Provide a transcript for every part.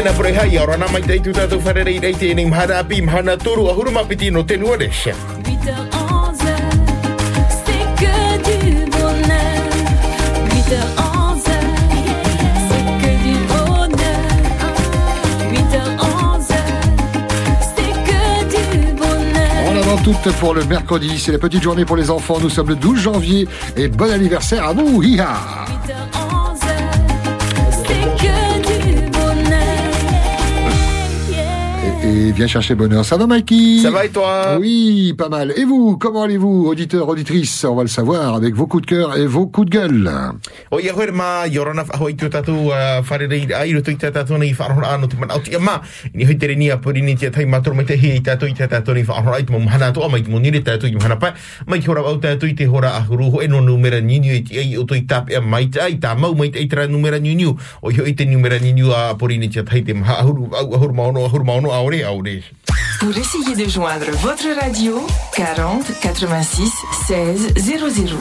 Tēnā pore hai, ora nā mai teitu tātou wharerei rei tēnei mhana api, mhana turu, ahuru mapiti no te nuaresh. 8h-11h, c'est que du bonheur. 8h-11h, c'est que du bonheur. 8h-11h, c'est que du bonheur. En avant toute pour le mercredi, c'est la petite journée pour les enfants. Nous sommes le 12 janvier et bon anniversaire à vous, hiha! 8h-11h, c'est que du bonheur. Et viens chercher bonheur. Ça va, Mikey? Ça va et toi? Oui, pas mal. Et vous, comment allez-vous, auditeurs, auditrices? On va le savoir avec vos coups de cœur et vos coups de gueule. O ia hoer ma, yorona whahoi tu tātou wharerei ai roto i tātou nei whaarora anō te mana auti ama. Ni hoi tere nia pori ni tia tai matoro mai te hei tātou i tātou nei whaarora ai te mo mhana toa mai te mo nire tātou i mhana pai. Mai ki hora au tātou i te hora ahuru ho eno numera niniu i te ei o toi tāpea mai te ai tā mau mai te eitra numera niniu. O i hoi te numera niniu a pori ni tia tai te maha ahuru maono aore. Pour essayer de joindre votre radio, 40 86 16 00.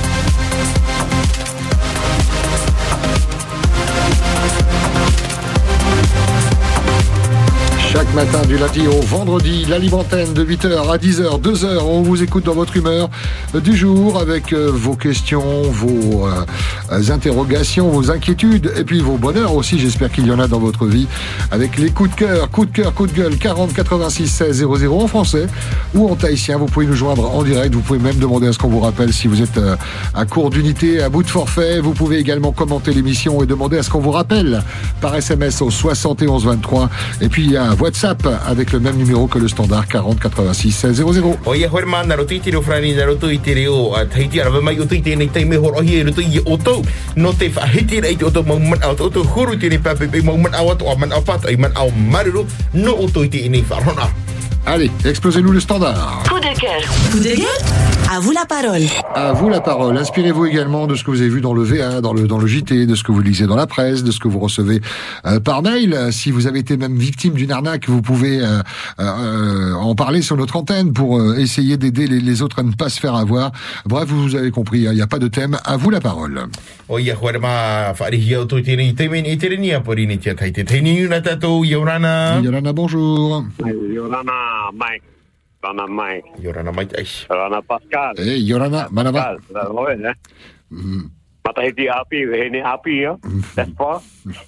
Chaque matin du lundi au vendredi, la libre antenne de 8h à 10h, 2h, on vous écoute dans votre humeur du jour avec vos questions, vos interrogations, vos inquiétudes et puis vos bonheurs aussi, j'espère qu'il y en a dans votre vie, avec les coups de cœur, coups de gueule, 40 86 16 00 en français ou en tahitien. Vous pouvez nous joindre en direct, vous pouvez même demander à ce qu'on vous rappelle si vous êtes à court d'unité, à bout de forfait. Vous pouvez également commenter l'émission et demander à ce qu'on vous rappelle par SMS au 71 23 et puis il y a un WhatsApp avec le même numéro que le standard 40 86 16 00. O ia hoer ma, naro tui te reo whrani, naro tui te reo Tahiti, arawa mai o tui tēnei tai mehor o hi e roto i o tau, no te whahiti rei te o tau mauman au, o tau huru tēnei papepe mauman au atu, o man au pata, i man au maruru, no o tui tēnei wharona. Allez, explosez-nous le standard. Coup de cœur. Coup de gueule. À vous la parole. À vous la parole. Inspirez-vous également de ce que vous avez vu dans le VA, dans le JT, de ce que vous lisez dans la presse, de ce que vous recevez par mail. Si vous avez été même victime d'une arnaque, vous pouvez en parler sur notre antenne pour essayer d'aider les autres à ne pas se faire avoir. Bref, vous avez compris, il n'y a pas de thème. À vous la parole. O ia hoer ma, whaarihia o tui tēnei teimen e tere nia pori ni tia tai te teini una tātou, Yorana. Yorana, bonjour. Yorana, Mike. Yorana, Mike. Yorana, Mike, aish. Yorana, Pascal. Hey, Yorana, manava. Pascal, loe, Matahiti api, hene api, yo. That's for.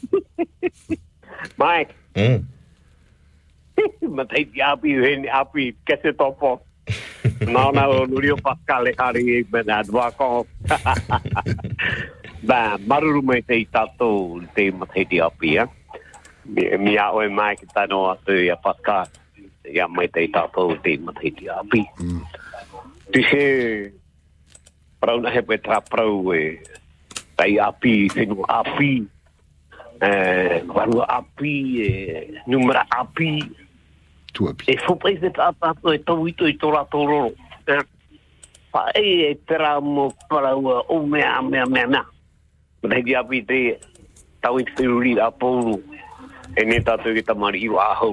Mike. Matahiti api, hene api, kese topo. No, Nurio Pascal, e kari, benadwa ko. Ba, maruru mai te tato, te matahiti api, ya. Mi a oe Mike, tano atu, ya Pascal. Ja mai te tātou te matahiti api. Tu se prau na hepe tra prau tai api, whenua api, warua api, numera api. Tu api. E whupai te tātou e tau ito i tōra tōroro. Pae e tera mo paraua o mea. Matahiti api te tau i te whiruri a pōru. E ne tātou ki tamari iwa ahau.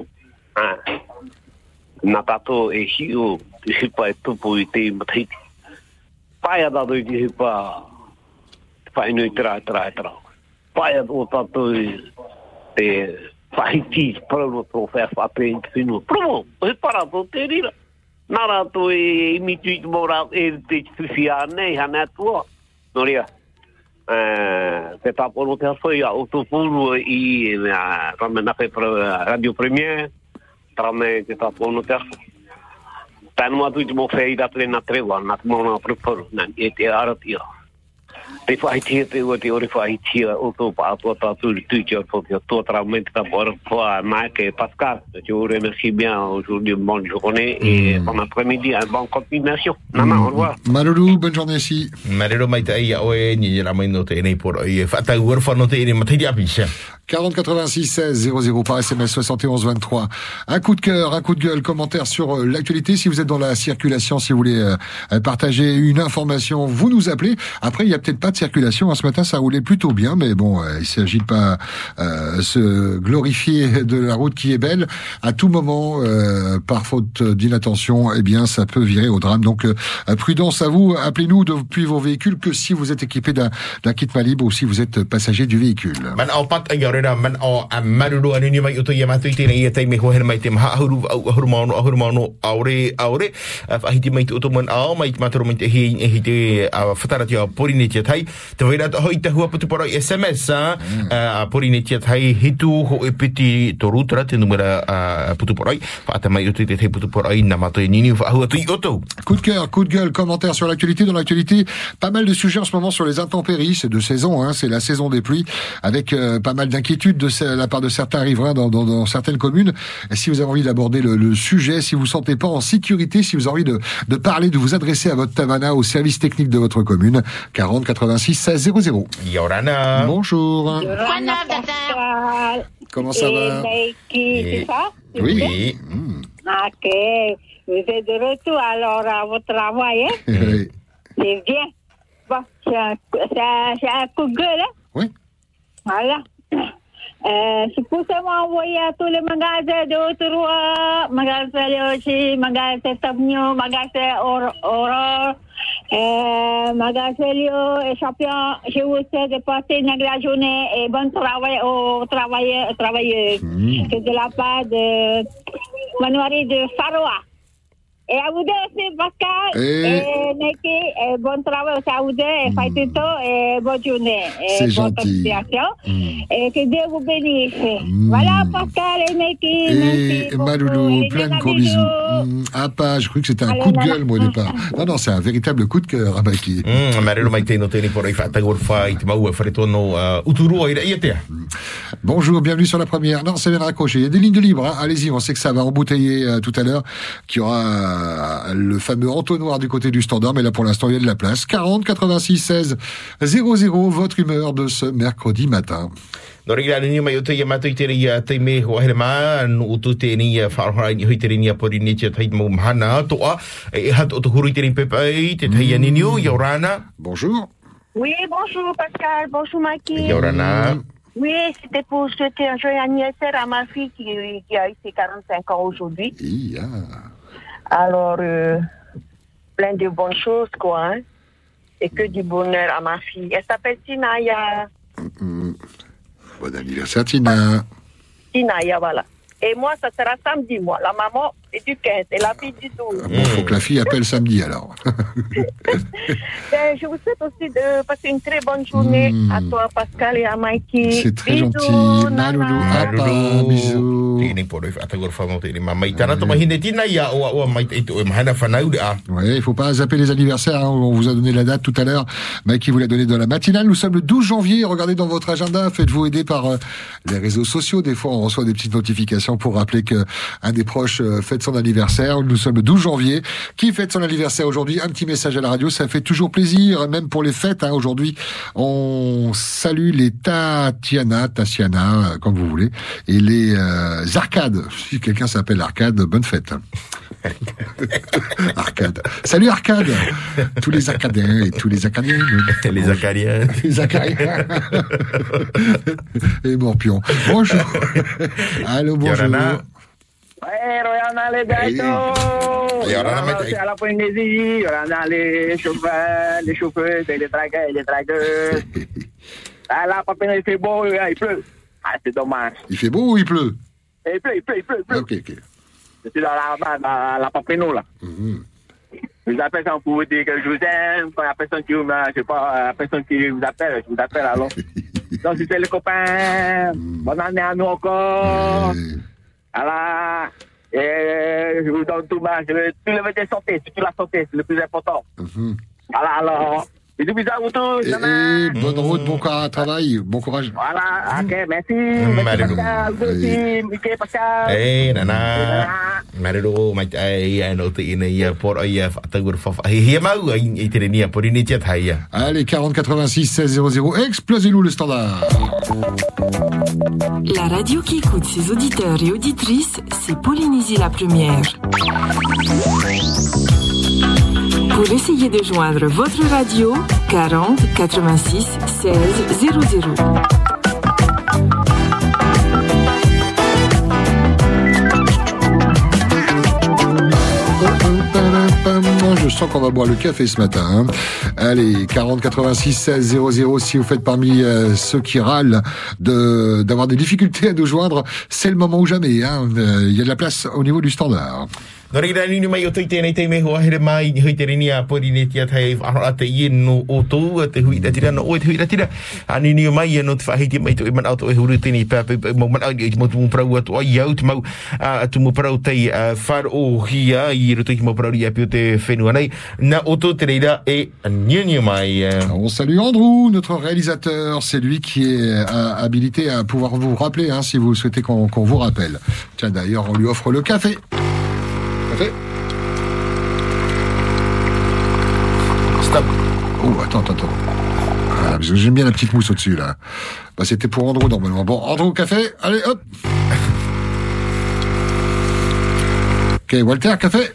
Nā tātou e hiu te hipa e tupu i te matahiti. Paia tātou i te hipa whainu i tera. Paia tō tātou te whahiti parano tō whawhape i te whenua. Promo, o he para tō te rira. Nā rātou e imitu i te mora e te whiwhia nei hana atua. Nō rea, te tāpono te hawhai a o tō pōrua i ramenake Radio Premier. Trame te tapono te afu. Tēnu atu i te mo whei ratere nā trewa, nā te mauna preparu, nā e te aratia. Te whahitia te ua te ore whahitia o tō pa atua tātou i tūti o tō tō traume te tapo ara kua mai ke Pascal. Te ore merci bien aujourd'hui, bon journée et bon après-midi, bonne continuation. Nana, au revoir. Maruru, bonne journée ici. Maruru mai te ai a oe ni ra mai no te nei poro i whatau urwha no te ere matahiti api sia. 40 86 16 00 par SMS 71 23. Un coup de cœur, un coup de gueule, commentaire sur l'actualité. Si vous êtes dans la circulation, si vous voulez partager une information, vous nous appelez. Après, il y a peut-être pas de circulation. Ce matin, ça roulait plutôt bien, mais bon, il s'agit de pas se glorifier de la route qui est belle. À tout moment, par faute d'inattention, eh bien, ça peut virer au drame. Donc, prudence à vous. Appelez-nous depuis vos véhicules que si vous êtes équipé d'un kit Malib ou si vous êtes passager du véhicule. Coup de cœur, coup de gueule, commentaire sur l'actualité. Dans l'actualité, pas mal de sujets en ce moment sur les intempéries. C'est de saison, hein, c'est la saison des pluies, avec pas mal d'inquiétudes de la part de certains riverains dans certaines communes. Et si vous avez envie d'aborder le sujet, si vous ne vous sentez pas en sécurité, si vous avez envie de parler, de vous adresser à votre Tavana, au service technique de votre commune, 40 86 16 00. Yorana. Bonjour. Yorana Pascal. Comment ça va? C'est ça? Oui. Ok. Vous êtes de retour alors à votre travail, hein? Oui. C'est bien. Bon, c'est un coup de gueule, hein? Oui. Voilà. C'est pour ça m'envoyer à tous les magasins de Haute-Roi, magasin Yoshi, magasin Tabnio, magasin Aurore, magasin Lio et Champion. Je vous souhaite de passer une agréable journée et bon travail aux travailleuses. C'est de la part de Manoiri de Faroa. Et à vous deux aussi, Pascal, et Neki, et bon travail aussi à vous deux, et Faitito, et bonne journée. Et c'est bonne gentil. continuation. Et que Dieu vous bénisse. Voilà, Pascal et Neki. Et Maloulou, plein de gros bisous. Ah, pas, je crois que c'était un coup de gueule, moi, au départ. Non, c'est un véritable coup de cœur, Abaki. Bonjour, bienvenue sur la première. Non, ça vient de raccrocher. Il y a des lignes de libre, hein. Allez-y, on sait que ça va embouteiller tout à l'heure, qu'il y aura le fameux entonnoir du côté du standard, mais là pour l'instant il y a de la place. 40 86 16 00, votre humeur de ce mercredi matin. Bonjour. Oui, bonjour Pascal, bonjour Maki. Yorana. Oui, c'était pour souhaiter un joyeux anniversaire à ma fille qui a eu ses 45 ans aujourd'hui. Alors, plein de bonnes choses, quoi. Hein? Et que du bonheur à ma fille. Elle s'appelle Tinaya. Bon anniversaire, Tina. Tinaya, voilà. Et moi, ça sera samedi, moi. La maman est du 15 et la fille du 12. Bon, faut que la fille appelle samedi, alors. Je vous souhaite aussi de passer une très bonne journée à toi, Pascal, et à Mikey. C'est très bisous, gentil. Nana. Maloulou, Appa, bisous. Ouais, il faut pas zapper les anniversaires, hein. On vous a donné la date tout à l'heure. Mikey vous l'a donné dans la matinale. Nous sommes le 12 janvier. Regardez dans votre agenda. Faites-vous aider par les réseaux sociaux. Des fois, on reçoit des petites notifications pour rappeler que un des proches fête son anniversaire. Nous sommes le 12 janvier. Qui fête son anniversaire aujourd'hui? Un petit message à la radio. Ça fait toujours plaisir, même pour les fêtes, hein. Aujourd'hui, on salue les Tatiana, comme vous voulez, et les Arcades. Si quelqu'un s'appelle Arcade, bonne fête. Arcade. Salut Arcade. Tous les Arcadiens et tous les Acadiens. Les Acadiens. Les Acadiens. Et Morpion. Bonjour. Allô, bonjour. Yorana. Ouais, Royana les gâteaux. C'est à la Polynésie. Royana les chauffeurs, les dragueurs et les dragueuses. Ah là, papa, il fait beau, il pleut. Ah, c'est dommage. Il fait beau ou il pleut? Il pleut. Ok. Je suis dans la Papineau, là. Je vous appelle sans pour vous dire que je vous aime. Quand la personne qui vous appelle, je vous appelle alors. Donc, c'était les copains. Bonne année à nous encore. Voilà. Et je vous donne tout ma. Je veux tout le de santé. Surtout la santé, c'est le plus important. Voilà, alors. Bisous à vous tous. Et bonne route, bon travail, bon courage. Voilà, ok, merci. Merci Pascal, vous aussi, Mickey, Pascal. Hey, Nana. Marido, mai ai no te ina por ai fatagur fa. Hi mau ai te ni por ni tia thai. Allez, 40 86 16 00, explosez-nous le standard. La radio qui écoute ses auditeurs et auditrices, c'est Polynésie la première. Pour essayer de joindre votre radio, 40 86 16 00. Je sens qu'on va boire le café ce matin. Hein. Allez, 40 86 16 00. Si vous faites parmi ceux qui râlent d'avoir des difficultés à nous joindre, c'est le moment ou jamais. Hein. Il y a de la place au niveau du standard. No reira ni mai o toite nei te me ho here mai ni hoite ni a pori ni tia tai ara te no o to te hui da tira no o te hui da tira ani ni mai no te whahiti mai to e man auto e huru tini pa mo man au mo tu prau atu ai au te mau tu mo prau tei far o hia I roto ki mo prau ia pio te whenua nei na o to te reira e ni mai. On salue Andrew, notre réalisateur, c'est lui qui est habilité à pouvoir vous rappeler hein, si vous souhaitez qu'on vous rappelle. Tiens d'ailleurs on lui offre le café. Café. Stop. Oh, attends. Ah, parce que j'aime bien la petite mousse au-dessus, là. Bah, c'était pour Andrew, normalement. Bon, Andrew, café. Allez, hop. Ok, Walter, café.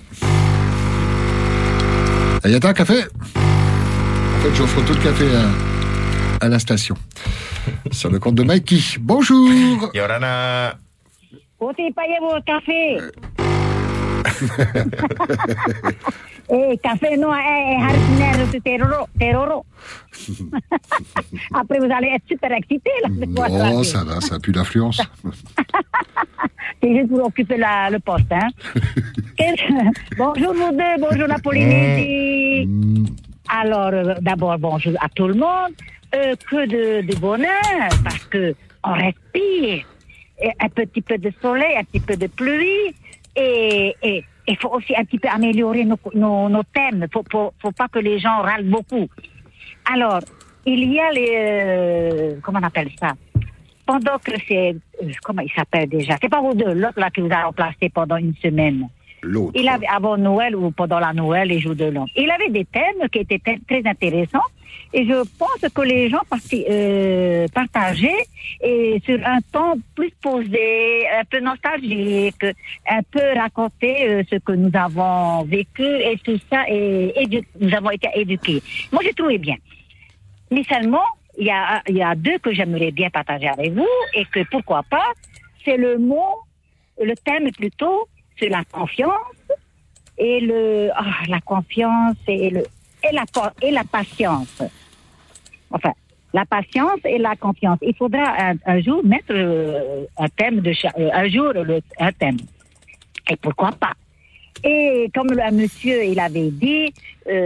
Ayata, café. En fait, j'offre tout le café à la station. Sur le compte de Mikey. Bonjour. Yorana. Oti paye vos café. Café non, Hartner, terroro. Après, vous allez être super excité, là. Non, ça va, ça a plus d'influence. C'est juste pour occuper le poste, hein. Bonjour vous deux, bonjour la Polynésie. Alors, d'abord, bonjour à tout le monde. Que de bonheur, parce que on respire. Un petit peu de soleil, un petit peu de pluie. Et il faut aussi un petit peu améliorer nos thèmes. Faut pas que les gens râlent beaucoup. Alors, il y a les... comment on appelle ça? Pendant que c'est... comment il s'appelle déjà? C'est pas vous deux, l'autre là qui vous a remplacé pendant une semaine. L'autre. Il avait, avant Noël ou pendant la Noël, les jours de l'an. Il avait des thèmes qui étaient très intéressants. Et je pense que les gens partageaient et sur un ton plus posé, un peu nostalgique, un peu raconter ce que nous avons vécu et tout ça, et nous avons été éduqués. Moi, j'ai trouvé bien. Mais seulement, il y a deux que j'aimerais bien partager avec vous et que pourquoi pas, c'est le thème plutôt, c'est la confiance et la confiance et la patience. Enfin, la patience et la confiance. Il faudra un jour mettre un thème un thème. Et pourquoi pas? Et comme un monsieur, il avait dit,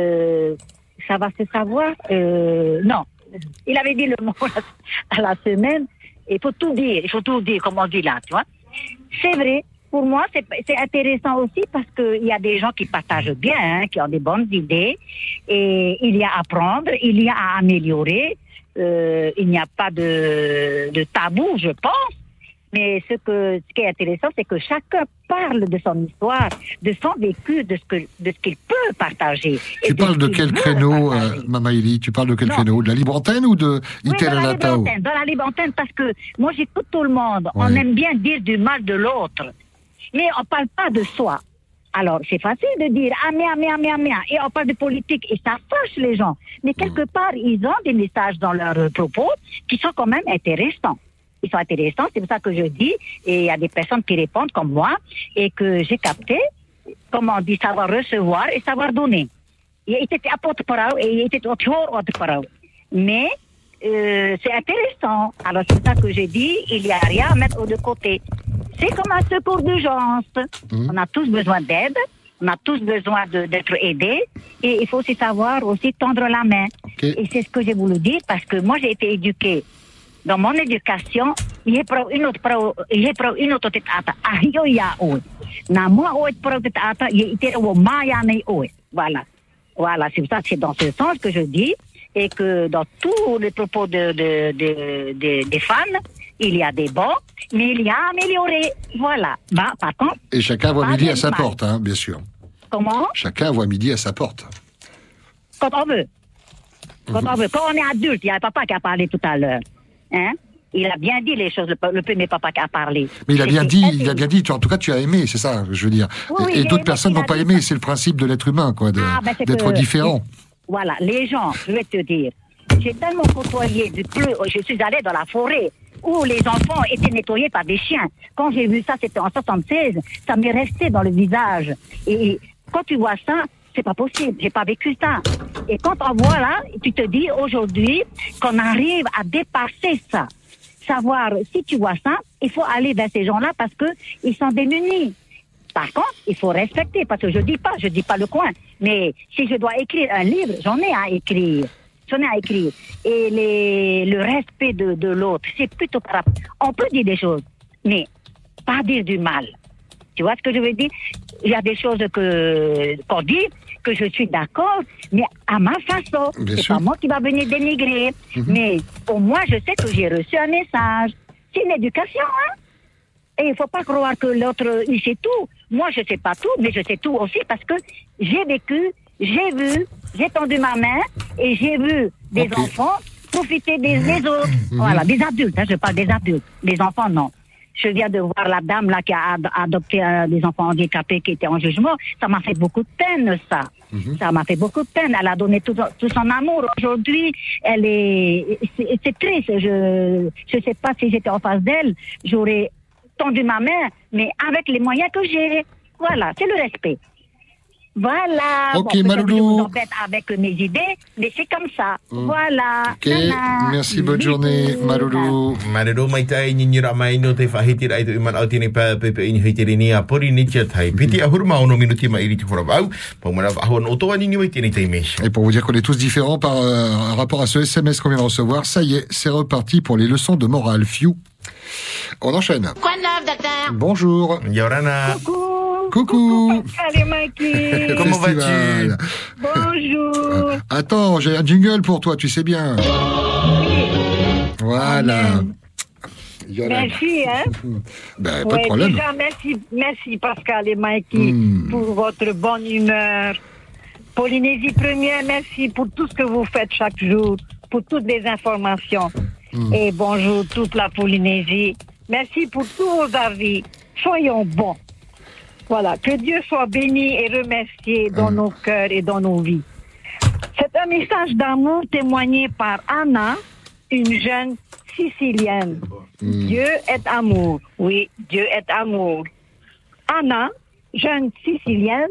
ça va se savoir. Non, il avait dit le mot à la semaine. Il faut tout dire, comme on dit là, tu vois. C'est vrai. Pour moi, c'est intéressant aussi parce qu'il y a des gens qui partagent bien, hein, qui ont des bonnes idées. Et il y a à apprendre, il y a à améliorer. Il n'y a pas de tabou, je pense. Mais ce qui est intéressant, c'est que chacun parle de son histoire, de son vécu, de ce qu'il peut partager. Tu parles de quel créneau, Mamaïli? Tu parles de quel créneau? De la libre antenne ou de Iteranatao? Oui, dans la libre antenne, parce que moi j'écoute tout le monde. Ouais. On aime bien dire du mal de l'autre. Mais on parle pas de soi. Alors, c'est facile de dire « ah, mia ». Et on parle de politique et ça fâche les gens. Mais quelque part, ils ont des messages dans leurs propos qui sont quand même intéressants. Ils sont intéressants, c'est pour ça que je dis. Et il y a des personnes qui répondent comme moi et que j'ai capté, comme on dit, savoir recevoir et savoir donner. Il était à porte-parole et il était au porte-parole. Mais c'est intéressant. Alors, c'est ça que j'ai dit, il n'y a rien à mettre de côté. C'est comme un secours d'urgence. On a tous besoin d'aide, on a tous besoin d'être aidés, et il faut aussi savoir aussi tendre la main. Okay. Et c'est ce que j'ai voulu dire, parce que moi j'ai été éduquée. Dans mon éducation, il y a une autre tata. Voilà, c'est ça, c'est dans ce sens que je dis, et que dans tous les propos des fans, il y a des bons, mais il y a à améliorer. Voilà. Bah, par contre. Et chacun voit midi à sa porte, hein, bien sûr. Comment? Chacun voit midi à sa porte. Quand on veut. Quand on veut. Quand on est adulte, il y a papa qui a parlé tout à l'heure. Hein? Il a bien dit les choses, le premier papa qui a parlé. Mais il a bien dit, C'était en tout cas tu as aimé, c'est ça, je veux dire. Oui, et j'ai d'autres aimé, personnes il n'ont a pas dit aimé, ça. c'est le principe de l'être humain, quoi, c'est d'être que- différent. Voilà, les gens, je vais te dire, j'ai tellement côtoyé, je suis allée dans la forêt où les enfants étaient nettoyés par des chiens. Quand j'ai vu ça, c'était en 76, ça m'est resté dans le visage. Et quand tu vois ça, c'est pas possible, j'ai pas vécu ça. Et quand on voit là, tu te dis aujourd'hui qu'on arrive à dépasser ça. Savoir, si tu vois ça, il faut aller vers ces gens-là parce que ils sont démunis. Par contre, il faut respecter, parce que je dis pas le coin. Mais si je dois écrire un livre, j'en ai à écrire. Et le respect de l'autre, c'est plutôt par rapport. On peut dire des choses, mais pas dire du mal. Tu vois ce que je veux dire? Il y a des choses qu'on dit, que je suis d'accord, mais à ma façon. Bien C'est sûr. pas moi qui va venir dénigrer. Mais au moins, je sais que j'ai reçu un message. C'est une éducation, hein? Et il ne faut pas croire que l'autre, il sait tout. Moi, je ne sais pas tout, mais je sais tout aussi parce que j'ai vécu, j'ai vu, j'ai tendu ma main et j'ai vu des Ok. enfants profiter des autres. Voilà, des adultes, hein, je parle des adultes. Les enfants, non. Je viens de voir la dame là qui a adopté des enfants handicapés qui étaient en jugement. Ça m'a fait beaucoup de peine, ça. Ça m'a fait beaucoup de peine. Elle a donné tout son amour. Aujourd'hui, c'est triste. Je sais pas si j'étais en face d'elle, j'aurais tendu ma main, mais avec les moyens que j'ai. Voilà, c'est le respect. Voilà. Ok, peut-être Maloulou. que je vous embête avec mes idées, mais c'est comme ça. Voilà. Ok, Nana. merci, bonne journée, Maloulou. Marero mai tai nyira mai no te whahiti rai tu iman au tini pepe ini hitiri ni a pori ni tia tai. Piti ahur ma ono minuti ma iri te hora au. Pamana ahon otoa ni ni mai tini tai mesh. Et pour vous dire qu'on est tous différents par rapport à ce SMS qu'on vient de recevoir, ça y est, c'est reparti pour les leçons de morale. Fiu. On enchaîne. Quoi de neuf, docteur? Bonjour. Yorana. Coucou. Allez, Mikey. Comment vas-tu? Festival. Bonjour. Attends, j'ai un jingle pour toi, tu sais bien. Voilà. Yolanda. Merci, hein. Ben, pas de Ouais, problème. déjà, merci Pascal et Mikey pour votre bonne humeur. Polynésie Première, merci pour tout ce que vous faites chaque jour, pour toutes les informations. Et bonjour toute la Polynésie. Merci pour tous vos avis. Soyons bons. Voilà, que Dieu soit béni et remercié dans nos cœurs et dans nos vies. C'est un message d'amour témoigné par Anna, une jeune Sicilienne. Dieu est amour. Oui, Dieu est amour. Anna, jeune Sicilienne,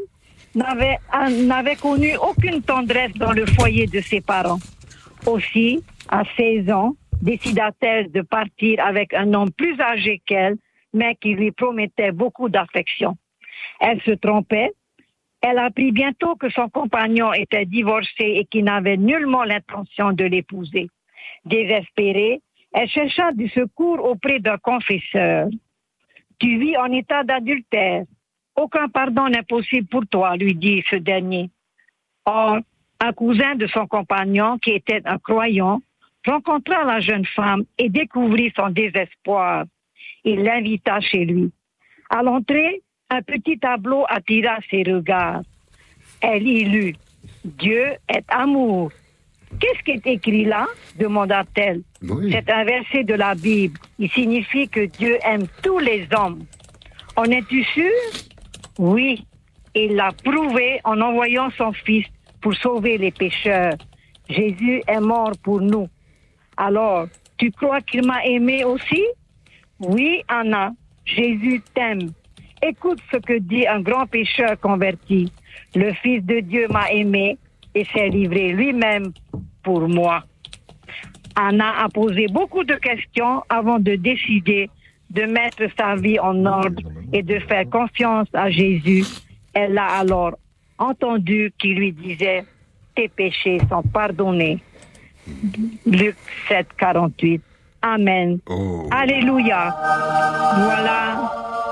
n'avait connu aucune tendresse dans le foyer de ses parents. Aussi, à 16 ans, décida-t-elle de partir avec un homme plus âgé qu'elle, mais qui lui promettait beaucoup d'affection. Elle se trompait. Elle apprit bientôt que son compagnon était divorcé et qu'il n'avait nullement l'intention de l'épouser. Désespérée, elle chercha du secours auprès d'un confesseur. « Tu vis en état d'adultère. Aucun pardon n'est possible pour toi, lui dit ce dernier. » Or, un cousin de son compagnon, qui était un croyant, rencontra la jeune femme et découvrit son désespoir. Il l'invita chez lui. À l'entrée, un petit tableau attira ses regards. Elle y lut « Dieu est amour ». « Qu'est-ce qui est écrit là ?» demanda-t-elle. Oui. C'est un verset de la Bible. Il signifie que Dieu aime tous les hommes. En es-tu sûr? Oui. Il l'a prouvé en envoyant son Fils pour sauver les pécheurs. Jésus est mort pour nous. Alors, tu crois qu'il m'a aimé aussi? Oui, Anna, Jésus t'aime. Écoute ce que dit un grand pécheur converti. Le Fils de Dieu m'a aimé et s'est livré lui-même pour moi. Anna a posé beaucoup de questions avant de décider de mettre sa vie en ordre et de faire confiance à Jésus. Elle a alors entendu qu'il lui disait « Tes péchés sont pardonnés ». Luc 7, 48. Amen. Oh. Alléluia. Voilà.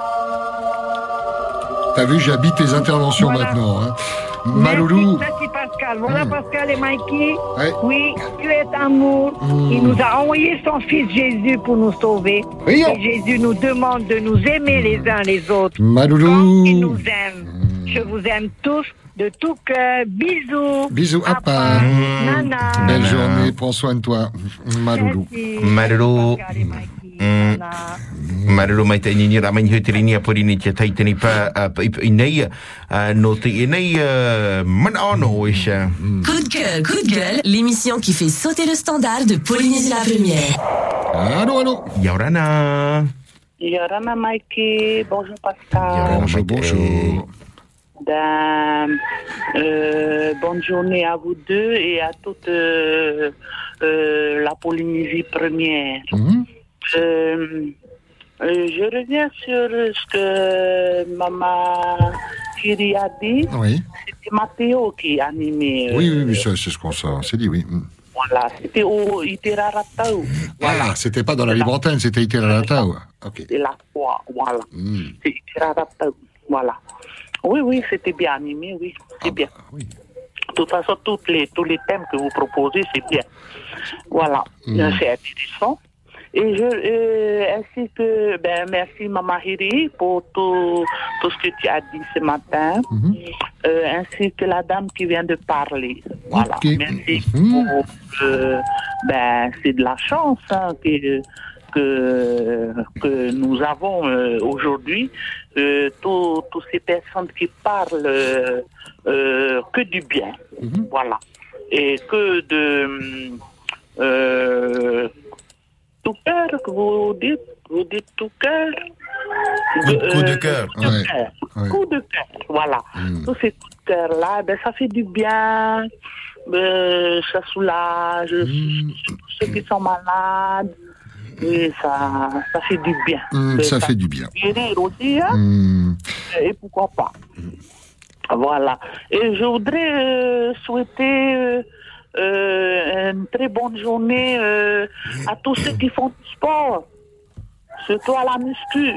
T'as vu, j'habite tes interventions Voilà. maintenant. Hein. Maloulou. Merci Pascal. Voilà Pascal et Mikey. Ouais. Oui, Dieu est amour. Il nous a envoyé son Fils Jésus pour nous sauver. Oui. Et Jésus nous demande de nous aimer les uns les autres. Maloulou. Comme il nous aime. Je vous aime tous de tout cœur. Bisous. Bisous, Papa. Apa. Nana. Belle journée, prends soin de toi. Maloulou. Merci. Maruru. Pascal et Mikey. Nana. Maruru mai te nini ramai hutrini a porini te taitani pa inei no te inei man ono isha. Coup de gueule, l'émission qui fait sauter le standard de Polynésie la Première. Allô, allô. Yaurana. Yorana Mikey, bonjour Pascal. Bonjour. Bonne journée à vous deux et à toute la Polynésie première. Je reviens sur ce que Maman Kiri a dit. Oui. C'était Mathéo qui animait. Oui, ça, c'est ce qu'on s'est dit, oui. Voilà, c'était au Iteraratau. Voilà, c'était pas dans la libre antenne, c'était Iteraratau. Ok. C'est la foi, voilà. C'est Iteraratau, voilà. Oui, c'était bien animé, oui, c'est bien. Oui. De toute façon, tous les thèmes que vous proposez, c'est bien. Voilà, c'est intéressant. Et ainsi que, merci Maman Hiri pour tout ce que tu as dit ce matin, ainsi que la dame qui vient de parler. Voilà, merci pour, c'est de la chance que nous avons aujourd'hui, toutes ces personnes qui parlent que du bien, voilà, et que de tout cœur que vous dites tout cœur. Coup de cœur. Coup de cœur, voilà. Tous ces coups de cœur-là, ça fait du bien, ça soulage, tous ceux qui sont malades. Oui, ça fait du bien. Ça fait du bien. Guérir aussi, hein. Et pourquoi pas. Voilà. Et je voudrais souhaiter une très bonne journée à tous ceux qui font du sport. Surtout à la muscu.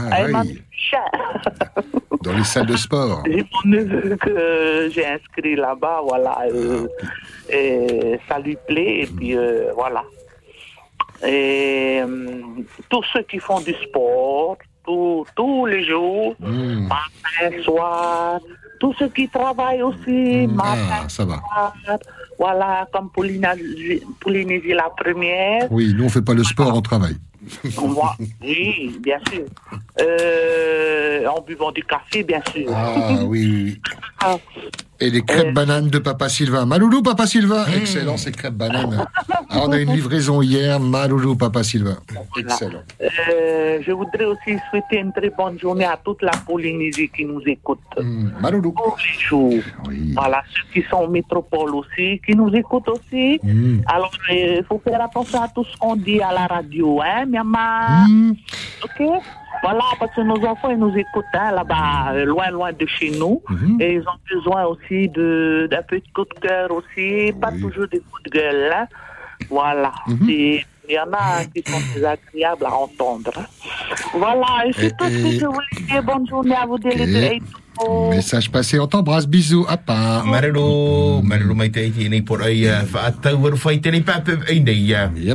Dans les salles de sport. J'ai mon neveu que j'ai inscrit là-bas, voilà. Et ça lui plaît, et puis voilà. Et tous ceux qui font du sport, tous les jours, matin, soir, tous ceux qui travaillent aussi, matin, ça va. soir, voilà, comme Polynésie la première. Oui, nous on fait pas le sport, on travaille. Oui, bien sûr. En buvant du café, bien sûr. Ah oui. Et les crêpes bananes de Papa Sylvain. Maloulou, Papa Sylvain. Excellent, ces crêpes bananes. Ah, on a une livraison hier. Maloulou, Papa Sylvain. Excellent. Je voudrais aussi souhaiter une très bonne journée à toute la Polynésie qui nous écoute. Maloulou. Tous les jours. Oui. Voilà, ceux qui sont en métropole aussi, qui nous écoutent aussi. Alors, il faut faire attention à tout ce qu'on dit à la radio, hein, Myanmar. OK? Voilà, parce que nos enfants, ils nous écoutent là-bas, loin de chez nous. Et ils ont besoin aussi d'un peu de coup de cœur aussi, pas toujours des coups de gueule. Hein. Voilà. Il y en a qui sont désagréables à entendre. Voilà, et c'est tout ce que je voulais dire. Bonne journée à vous deux. Message passé, on t'embrasse, bisous, à part. Maruru mai te iti nei por ai whaatau waru whai tēnei pāpeu ai nei. Yep.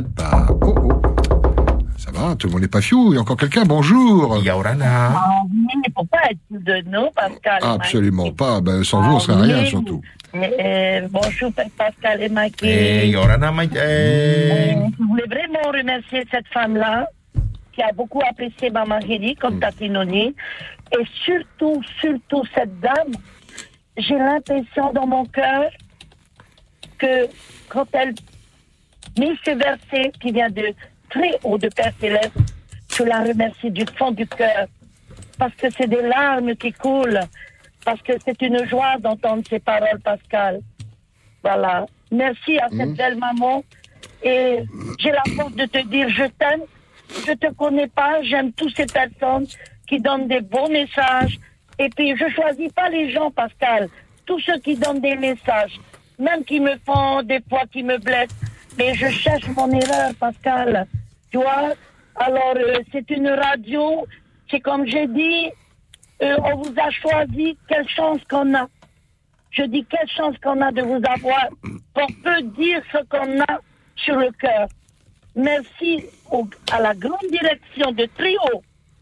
Ça va, tout le monde n'est pas fiou. Il y a encore quelqu'un, bonjour. Yaurana. Il ne faut pas être de nous, Pascal. Absolument pas. Sans vous, on ne serait rien, surtout. Bonjour, Pascal et Mikey. Yaurana mai te. Je voulais vraiment remercier cette femme-là qui a beaucoup apprécié Maman Hiri comme Tatinoni. Et surtout cette dame, j'ai l'impression dans mon cœur que quand elle met ce verset qui vient de très haut de Père Céleste, je la remercie du fond du cœur, parce que c'est des larmes qui coulent, parce que c'est une joie d'entendre ces paroles, Pascal. Voilà. Merci à cette belle maman, et j'ai la force de te dire je t'aime, je te connais pas, j'aime toutes ces personnes qui donnent des beaux messages, et puis je choisis pas les gens, Pascal, tous ceux qui donnent des messages, même qui me font des fois, qui me blessent, mais je cherche mon erreur, Pascal. Tu vois? Alors, c'est une radio. C'est comme j'ai dit, on vous a choisi. Quelle chance qu'on a. Je dis quelle chance qu'on a de vous avoir. On peut dire ce qu'on a sur le cœur. Merci à la grande direction de Trio.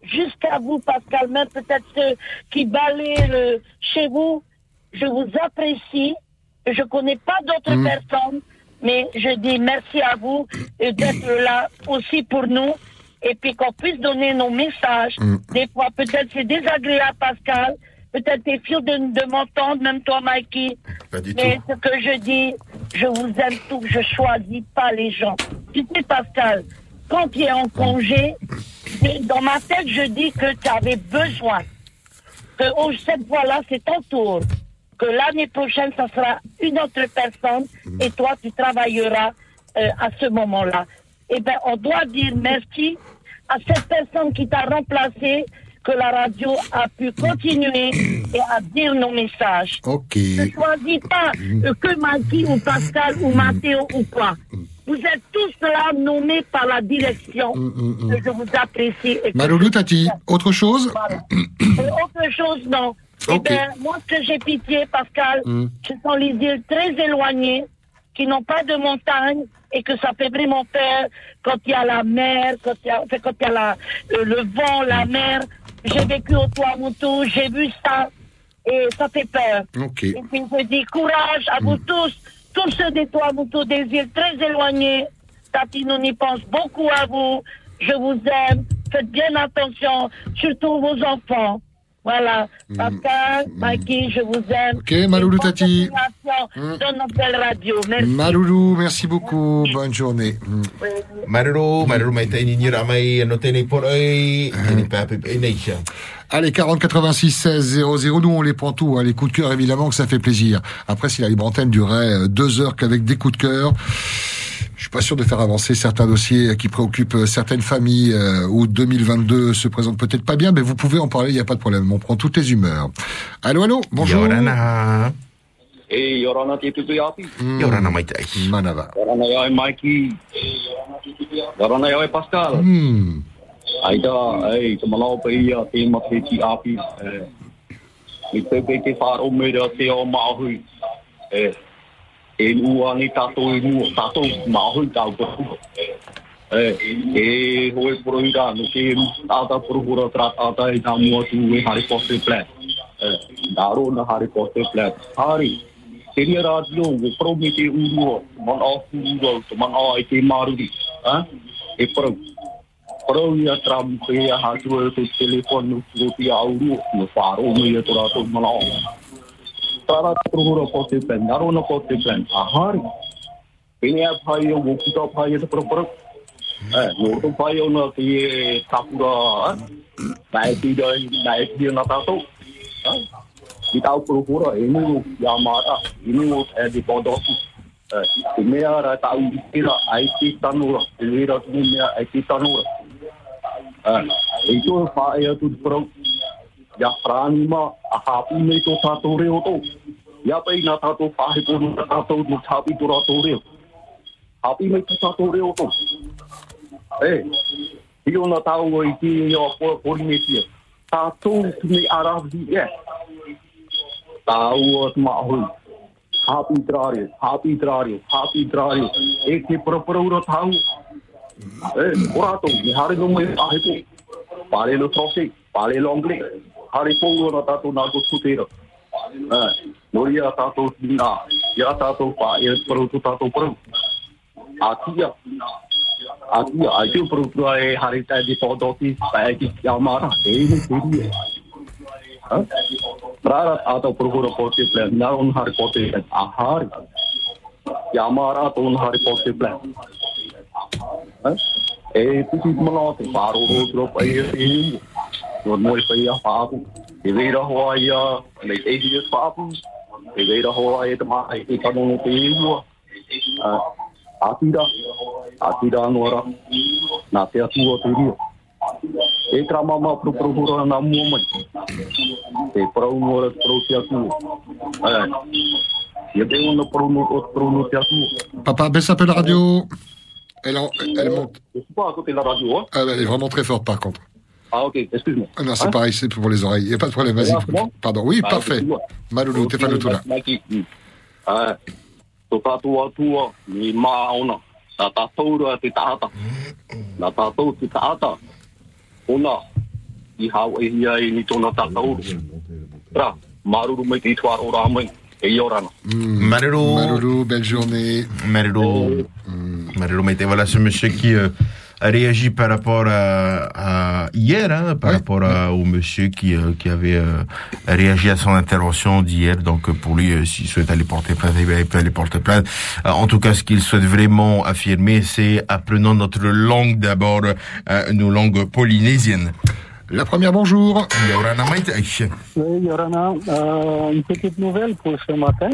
jusqu'à vous, Pascal, même peut-être ceux qui balayent chez vous. Je vous apprécie. Je connais pas d'autres personnes, mais je dis merci à vous d'être là aussi pour nous. Et puis qu'on puisse donner nos messages. Des fois, peut-être c'est désagréable, Pascal. Peut-être t'es fier de m'entendre, même toi, Mikey. Pas du Mais tout. ce que je dis, je vous aime tous. Je choisis pas les gens. Tu sais, Pascal, quand tu es en congé, dans ma tête, je dis que tu avais besoin. Que cette fois-là, c'est ton tour. Que l'année prochaine, ça sera une autre personne. Et toi, tu travailleras à ce moment-là. Eh bien, on doit dire merci à cette personne qui t'a remplacé, que la radio a pu continuer et à dire nos messages. Ok. Ne choisis pas que Mikey ou Pascal ou Mathéo ou quoi. Vous êtes tous là nommés par la direction. Je vous apprécie. Et Maloulou Tati, autre chose? Voilà. Autre chose, non. Ok. Eh bien, moi, ce que j'ai pitié, Pascal, ce sont les îles très éloignées, qui n'ont pas de montagne, et que ça fait vraiment peur quand il y a la mer, quand il y a le vent, la mer. J'ai vécu au Tuamotu, j'ai vu ça, et ça fait peur. Ok. Et puis je dis courage à vous tous ceux des Tuamotu, des îles très éloignées. Tati, on y pense beaucoup à vous. Je vous aime. Faites bien attention, surtout vos enfants. Voilà. Pascal, Mikey, je vous aime. Ok, Maloulou Tati. Dans notre belle radio. Merci. Maloulou, merci beaucoup. Bonne journée. Maruru mai te ni ra mai no te nei poroi, ni papi e neisha. Allez, 40 86 16 00, nous on les prend tout, hein. Les coups de cœur évidemment que ça fait plaisir. Après, si la libre antenne durait 2 heures qu'avec des coups de cœur, je suis pas sûr de faire avancer certains dossiers qui préoccupent certaines familles où 2022 se présente peut-être pas bien, mais vous pouvez en parler, il n'y a pas de problème, on prend toutes les humeurs. Allô, bonjour. Yorana. Eh, Yorana te tutu api. Yorana mai tai. Manava. Yorana yoi Mikey. Yorana yoi Pascal. Aida, te malau pe ia te mateti api. Mi te wharo mera te o mahui. E ua ni tato e mua, tato mahui tau tato. E hoe proira, no ke tata prohura tratata e ta mua tu e Harry Potter plan. Daro na Harry Potter plan. Hari, seria radio, o promete uro, man o uro, man o te maruri. E pro ia tram pe a hatu e telefone no ti auru, no faro me to rato man o. Tara prohura Potter plan, daro na Potter plan. Hari. Ini apa yang kita apa yang terperuk? Nur tu apa yang nak kapura? Naik dia nak tahu. Kita prohura ini Yamara, ini di Podok. Ini ada tahu istilah IT tanur, ini ada punya IT tanur. Itu apa yang tu terperuk? Ya pranima, ahapi me to satu reo tu. Ya pai na tahu pahi pun tahu tu tapi tu ratu reo. Api me to satu reo tu. Iyo na tahu itu yo Polinesia. Satu ni Arab dia. Tahu mahu. Happy trario. Ek ni pro tahu. Ora tu ni hari no me ahipo. Pare lo trosi, pare lo angle. Hari pongo na tahu na ko sutero. Noria tahu na. Ya tahu pa ya pro tu tahu pro. Atia, itu perutnya hari tadi Podok saya Yamara, ini dia. Berat atau pergura Potter plan, namun hari Potter plan, ahar Yamara atau hari Potter plan. Itu sih melalui baru drop aja ini, normal saya apa? Ini dah Hawaii, ini dia apa? Ini dah Hawaii tempat itu kan orang itu. Atira nora na te atua te rio e tramama pro na mua e pro nora pro te atua e te una pro te atua. Papa, baisse un peu la radio. Elle monte. Je suis pas à côté de la radio, hein. Elle est vraiment très forte par contre. Ah ok, excuse-moi. Non, c'est pareil, c'est pour les oreilles. Il n'y a pas de problème, vas-y. Pardon, oui, parfait. Maloulou, t'es pas le tout là. To tatua ni maona ta taura te taata na tatou te taata ona I hau e hia e ni tōna tātauru. Ra, maruru mai te itoa ora mai. Et Yorana. Maruru, belle journée. Maruru, mais voilà ce monsieur qui a réagi par rapport à hier, hein, par rapport au monsieur qui avait réagi à son intervention d'hier. Donc pour lui, s'il souhaite aller porter plainte, il peut aller porter plainte. En tout cas, ce qu'il souhaite vraiment affirmer, c'est apprenons notre langue d'abord, nos langues polynésiennes. La première, bonjour. Yorana Maït. Oui, Yorana, une petite nouvelle pour ce matin.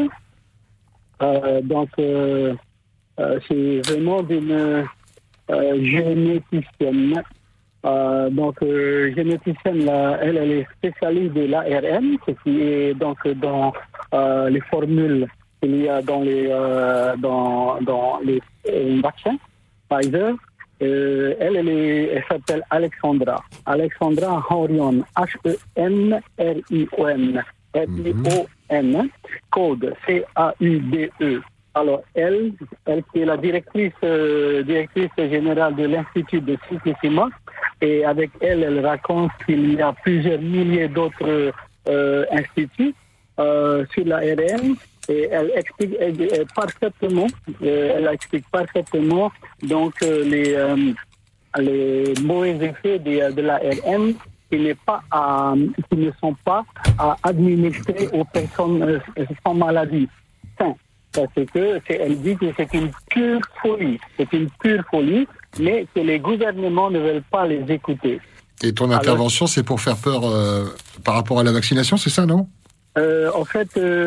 C'est vraiment d'une généticienne. Généticienne, là, elle est spécialiste de l'ARN, ce qui est donc dans les formules qu'il y a dans les vaccins Pfizer. Elle s'appelle Alexandra Horion, Henrion, F-I-O-N, code CAUDE. Alors, elle qui est la directrice générale de l'Institut de Fukushima, et avec elle raconte qu'il y a plusieurs milliers d'autres instituts sur l'ARN. Et elle explique parfaitement donc les mauvais effets de l'ARN qui ne sont pas à administrer aux personnes sans maladie. Parce que elle dit que c'est une pure folie. C'est une pure folie, mais que les gouvernements ne veulent pas les écouter. Et ton intervention, c'est pour faire peur par rapport à la vaccination, c'est ça, non ? En fait,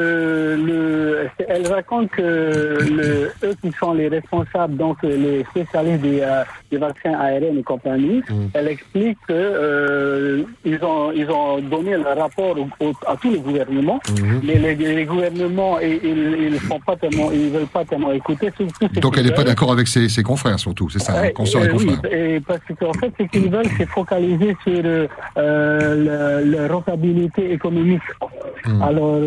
elle raconte que eux qui sont les responsables, donc les spécialistes des vaccins ARN et compagnie, elle explique que ils ont donné le rapport à tous les gouvernements, mais les gouvernements ils veulent pas tellement écouter. Donc elle n'est pas d'accord avec ses confrères surtout, c'est ça, consoeurs et confrères. Oui, et parce qu'en fait, ce qu'ils veulent, c'est focaliser sur la rentabilité économique. Alors,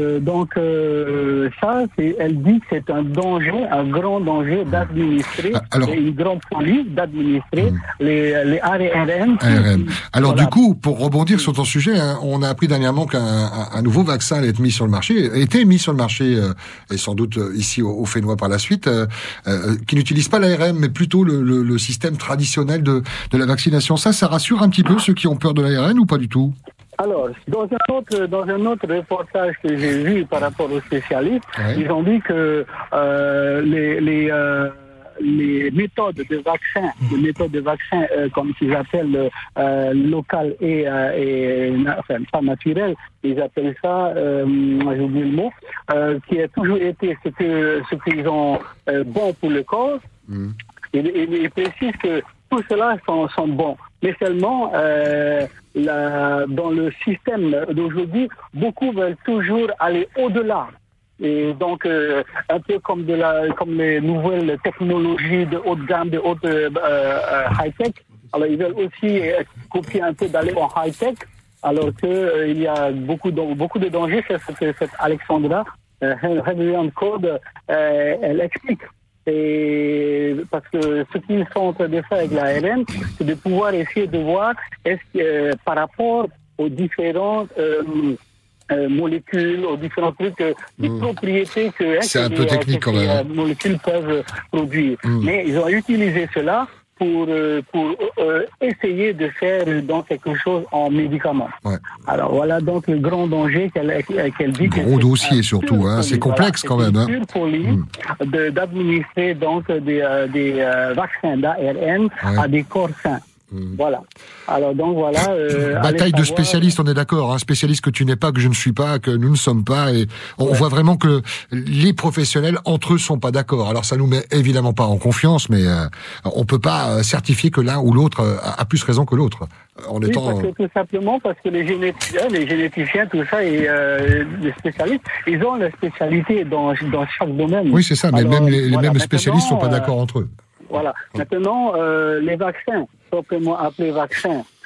elle dit que c'est un grand danger d'administrer, une grande folie d'administrer les ARN. Alors, du coup, pour rebondir sur ton sujet, hein, on a appris dernièrement qu'un nouveau vaccin allait être mis sur le marché, et sans doute ici au Fénois par la suite, qui n'utilise pas l'ARN, mais plutôt le système traditionnel de la vaccination. Ça rassure un petit peu ceux qui ont peur de l'ARN ou pas du tout ? Alors, dans un autre reportage que j'ai vu par rapport aux spécialistes, ils ont dit que les méthodes de vaccin, comme ils appellent local et pas naturel, ils appellent ça, j'ai oublié le mot, qui a toujours été ce qu'ils ont bon pour le corps. Ils précisent que tout cela sont bons, mais seulement dans le système d'aujourd'hui, beaucoup veulent toujours aller au-delà. Et donc, un peu comme les nouvelles technologies de haute gamme, de haute high-tech. Alors, ils veulent aussi copier un peu d'aller en high-tech, alors que il y a beaucoup de dangers. Cette Alexandra, Henrion Code, elle explique. Et parce que ce qu'ils sont en train de faire avec l'ARN, c'est de pouvoir essayer de voir par rapport aux différentes molécules, aux différents trucs, les propriétés que les molécules peuvent produire. Mais ils ont utilisé cela pour essayer de faire dans quelque chose en médicament. Alors voilà donc le grand danger qu'elle dit. Gros dossier surtout, hein, c'est complexe quand même. C'est une pure folie d'administrer donc des vaccins d'ARN à des corps sains. Voilà. Alors donc voilà. Bataille de spécialistes, on est d'accord. Hein, spécialistes que tu n'es pas, que je ne suis pas, que nous ne sommes pas, et on voit vraiment que les professionnels entre eux sont pas d'accord. Alors ça nous met évidemment pas en confiance, mais on peut pas certifier que l'un ou l'autre a plus raison que l'autre. Tout simplement parce que les généticiens, tout ça, et les spécialistes, ils ont la spécialité dans chaque domaine. Oui, c'est ça. Mais même les mêmes spécialistes sont pas d'accord entre eux. Voilà. Maintenant, les vaccins, proprement appelés vaccins,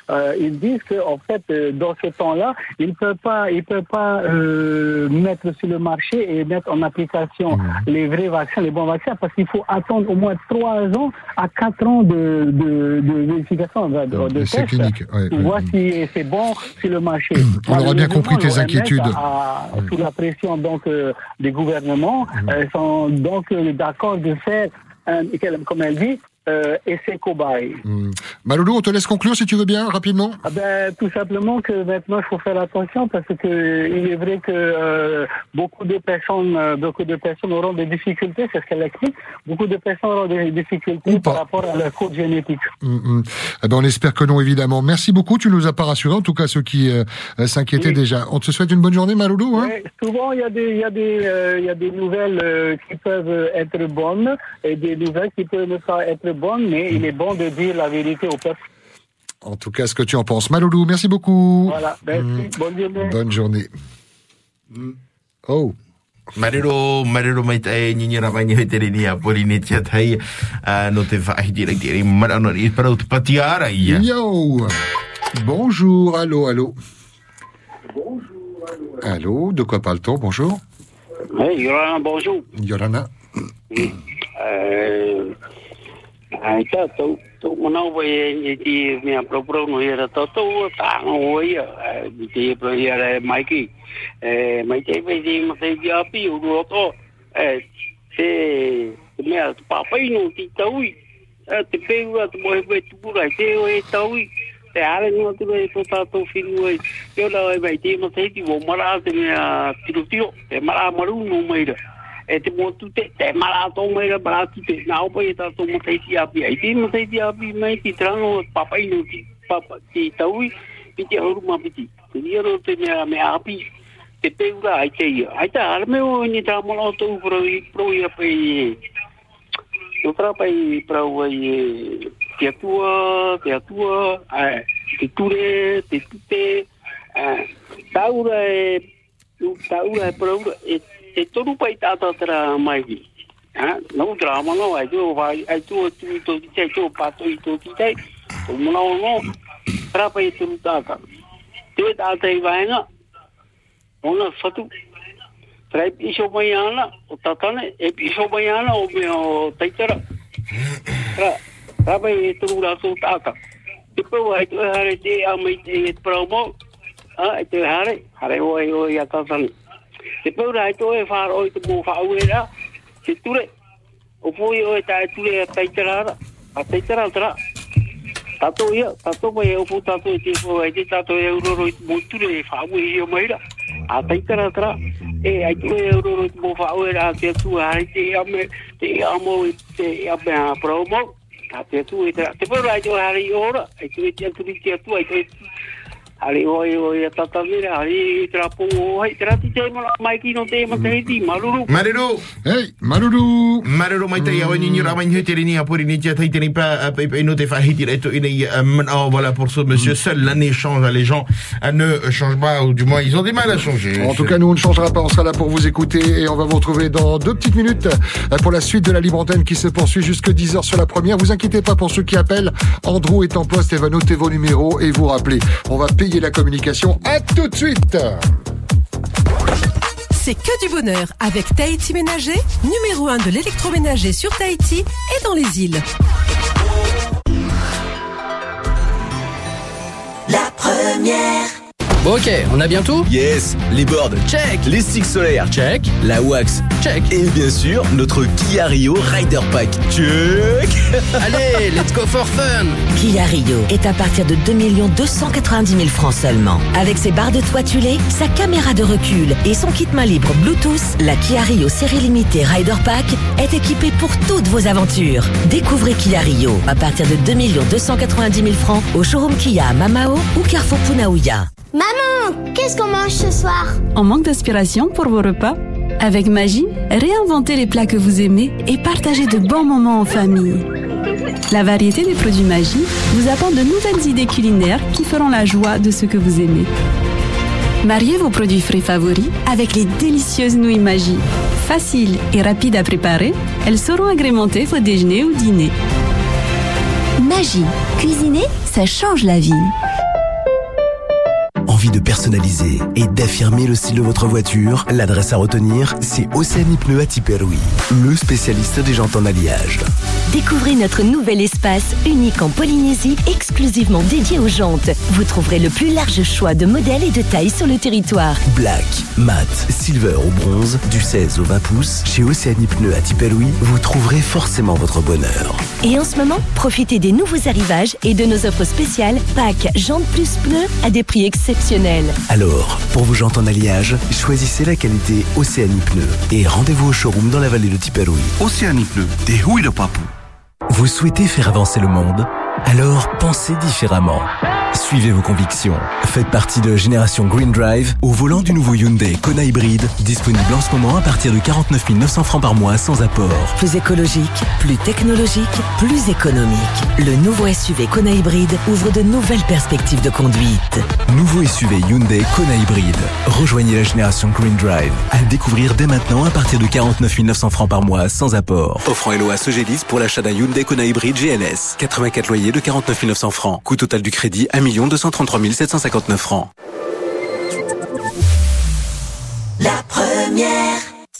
ils disent que en fait, dans ce temps-là, ils ne peuvent pas mettre sur le marché et mettre en application les vrais vaccins, les bons vaccins, parce qu'il faut attendre au moins 3 ans à 4 ans de vérification de tests clinique, pour voir si c'est bon sur le marché. On aura bien compris tes inquiétudes. Sous la pression donc des gouvernements, sont donc d'accord de faire, comme elle dit, essai cobaye. Maloulou, on te laisse conclure si tu veux bien, rapidement. Tout simplement que maintenant il faut faire attention parce que il est vrai que beaucoup de personnes auront des difficultés, c'est ce qu'elle explique. Beaucoup de personnes auront des difficultés par rapport à leur code génétique. On espère que non, évidemment. Merci beaucoup, tu nous as pas rassurés, en tout cas ceux qui s'inquiétaient déjà. On te souhaite une bonne journée, Maloulou. Hein? Oui, souvent il y a des nouvelles qui peuvent être bonnes et des nouvelles qui peuvent ne pas être bonnes, mais il est bon de dire la vérité au peuple. En tout cas, ce que tu en penses. Maloulou, merci beaucoup. Voilà, merci. Bonne journée. Bonne journée. Oh. Marero mai tai ni ramai he tere ni apori ni tia tai no te vai direct marano i para te patiara ia. Yo. Bonjour, allô. Allô, de quoi parle-t-on? Bonjour. Hey, Yorana, bonjour. Yorana. Ai tau mana vai e me apropro no era tau ta oi e pro era Mikey mai te vai ma te dia pi o to te me papai no ti tau te peu a mo vai tu pura te o tau te ale no tu e to ta to filu e yo la vai te ma te ti vo mara te me tiro te mara maru no meira e te mo tu te mara to meira para tu te na o pai ta to mo te ti api ai te mo te ti api mai ti trano papai no ti papa ti tau ti te horu ma piti te ro te me api te peura ai ta al meu ni ta mo lo to pro ia pai no tra pai pro ai te tua te ture te tute taura pro e toru pai tata tra mai no drama no ai tu to te to pato i to te o no tra pai tu tata te tata i vai na ona fatu tra iso mai ana o tata ne e iso mai ana o me o taitara tra pai tu ra tu tata te po ai tu hare te a mai te promo te hare o ya tata te pura ai to e faro te mo fa uera te ture o foi o ta ture taitara a taitara tra tato mai o puta to te foi te tato e euro mo ture fa ue mai ra a taitara tra e ai ture euro mo fa uera te tu ai te amo te a promo a te tu e te pura ai to hari ora ai tu ai ali oi tata mira ali trapo ai trati te mai ki no te mai ti Maruru hey Maruru mai te ia ni ramai he tere ni apori ni tia te ni pa no te fa hiti reto ine voilà pour ça monsieur seul l'année change les gens ne changent pas ou du moins ils ont des mal à changer. En tout cas nous on ne changera pas, on sera là pour vous écouter et on va vous retrouver dans 2 petites minutes pour la suite de la libre antenne qui se poursuit jusque 10h sur la première. Vous inquiétez pas pour ceux qui appellent, Andrew est en poste et va noter vos numéros et vous rappeler. On va payer la communication. À tout de suite. C'est que du bonheur avec Tahiti Ménager, numéro 1 de l'électroménager sur Tahiti et dans les îles. La première. Bon, ok, on a bien tout? Yes, les boards, check. Les sticks solaires, check. La wax, check. Et bien sûr, notre Kia Rio Rider Pack, check. Allez, let's go for fun. Kia Rio est à partir de 2 290 000 francs seulement. Avec ses barres de toitulées, sa caméra de recul et son kit main libre Bluetooth, la Kia Rio série limitée Rider Pack est équipée pour toutes vos aventures. Découvrez Kia Rio à partir de 2 290 000 francs au showroom Kia à Mamao ou Carrefour Punaouia. Maman, qu'est-ce qu'on mange ce soir? En manque d'inspiration pour vos repas? Avec Magie, réinventez les plats que vous aimez et partagez de bons moments en famille. La variété des produits Magie vous apporte de nouvelles idées culinaires qui feront la joie de ce que vous aimez. Mariez vos produits frais favoris avec les délicieuses nouilles Magie. Faciles et rapides à préparer, elles sauront agrémenter vos déjeuners ou dîners. Magie, Cuisiner, ça change la vie. Envie de personnaliser et d'affirmer le style de votre voiture? L'adresse à retenir, c'est Océanie Pneus à Tiperoui, le spécialiste des jantes en alliage. Découvrez notre nouvel espace unique en Polynésie, exclusivement dédié aux jantes. Vous trouverez le plus large choix de modèles et de tailles sur le territoire. Black, mat, silver ou bronze, du 16 au 20 pouces, chez Océanie Pneus à Tiperoui, vous trouverez forcément votre bonheur. Et en ce moment, profitez des nouveaux arrivages et de nos offres spéciales pack jantes plus pneus à des prix exceptionnels. Alors, pour vos jantes en alliage, choisissez la qualité Océanie Pneus et rendez-vous au showroom dans la vallée de Tiperoui. Océanie Pneus, des houilles de papou. Vous souhaitez faire avancer le monde? Alors pensez différemment. Suivez vos convictions. Faites partie de Génération Green Drive au volant du nouveau Hyundai Kona Hybride, disponible en ce moment à partir de 49 900 francs par mois sans apport. Plus écologique, plus technologique, plus économique. Le nouveau SUV Kona Hybride ouvre de nouvelles perspectives de conduite. Nouveau SUV Hyundai Kona Hybride. Rejoignez la Génération Green Drive. À découvrir dès maintenant à partir de 49 900 francs par mois sans apport. Offrant LOA Sogélis pour l'achat d'un Hyundai Kona Hybride GLS. 84 loyers de 49 900 francs. Coût total du crédit 1 233 759 francs. La première.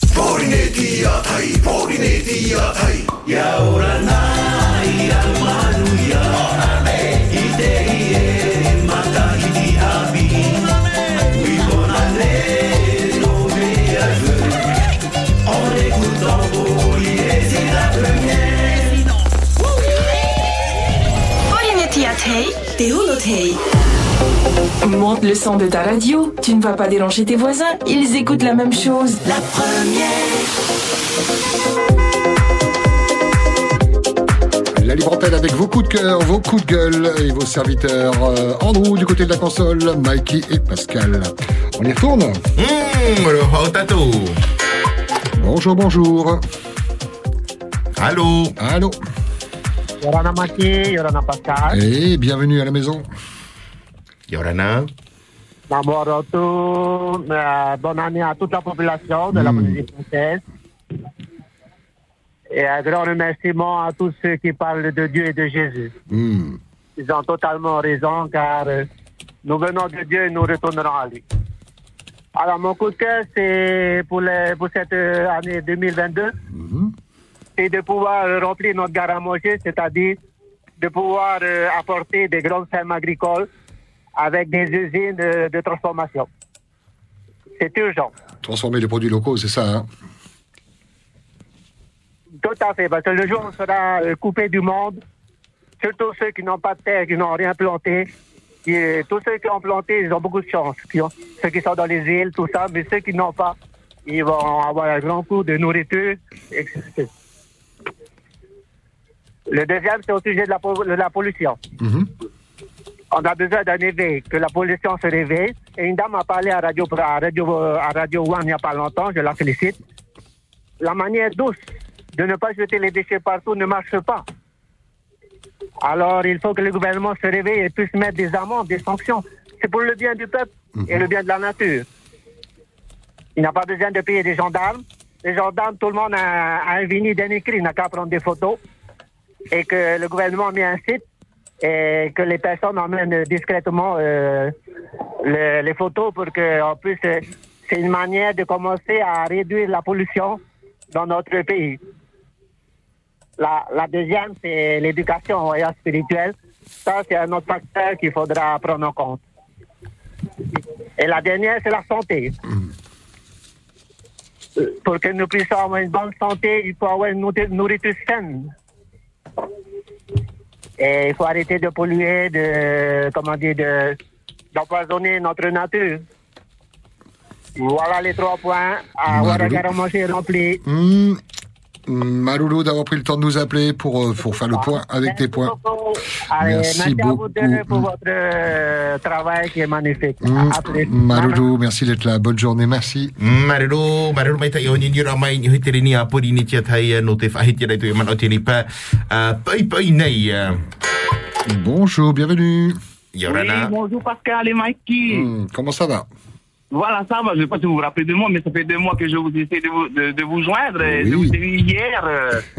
Monte le son de ta radio, tu ne vas pas déranger tes voisins, ils écoutent la même chose. La première. La libre antenne avec vos coups de cœur, vos coups de gueule et vos serviteurs Andrew du côté de la console, Mikey et Pascal. On y retourne. Bonjour, bonjour. Allô. Allô. Yorana Maki, Yorana Pascal. Et bienvenue à la maison. Yorana. D'abord, bonne année à toute la population de la Polynésie française. Et un grand remerciement à tous ceux qui parlent de Dieu et de Jésus. Ils ont totalement raison car nous venons de Dieu et nous retournerons à lui. Alors, mon coup de cœur, c'est pour cette année 2022. C'est de pouvoir remplir notre gare à manger, c'est-à-dire de pouvoir apporter des grandes fermes agricoles avec des usines de transformation. C'est urgent. Transformer les produits locaux, c'est ça, hein? Tout à fait, parce que le jour où on sera coupé du monde, surtout ceux qui n'ont pas de terre, qui n'ont rien planté, tous ceux qui ont planté, ils ont beaucoup de chance. Ceux qui sont dans les îles, tout ça, mais ceux qui n'ont pas, ils vont avoir un grand coup de nourriture, etc. Le deuxième, c'est au sujet de la pollution. On a besoin d'un éveil, que la pollution se réveille. Et une dame a parlé à Radio One il n'y a pas longtemps, je la félicite. La manière douce de ne pas jeter les déchets partout ne marche pas. Alors, il faut que le gouvernement se réveille et puisse mettre des amendes, des sanctions. C'est pour le bien du peuple et le bien de la nature. Il n'a pas besoin de payer des gendarmes. Les gendarmes, tout le monde a un vini d'un écrit, il n'a qu'à prendre des photos. Et que le gouvernement met un site et que les personnes emmènent discrètement les photos pour que, en plus, c'est une manière de commencer à réduire la pollution dans notre pays. La deuxième, c'est l'éducation spirituelle. Ça, c'est un autre facteur qu'il faudra prendre en compte. Et la dernière, c'est la santé. Pour que nous puissions avoir une bonne santé, il faut avoir une nourriture saine. Et il faut arrêter de polluer, d'empoisonner notre nature. Voilà les 3 points. Avoir un gare à manger rempli. Maloulou d'avoir pris le temps de nous appeler pour faire le point avec tes points. Allez, merci beaucoup. À vous deux pour votre travail qui est magnifique. Maloulou, merci d'être là. Bonne journée, merci. Bonjour, bienvenue. Oui, bonjour Pascal et Mikey. Comment ça va? Voilà, ça va. Je ne sais pas si vous vous rappelez de moi, mais ça fait 2 mois que je vous essaie de vous joindre. Oui. Je vous ai eu hier.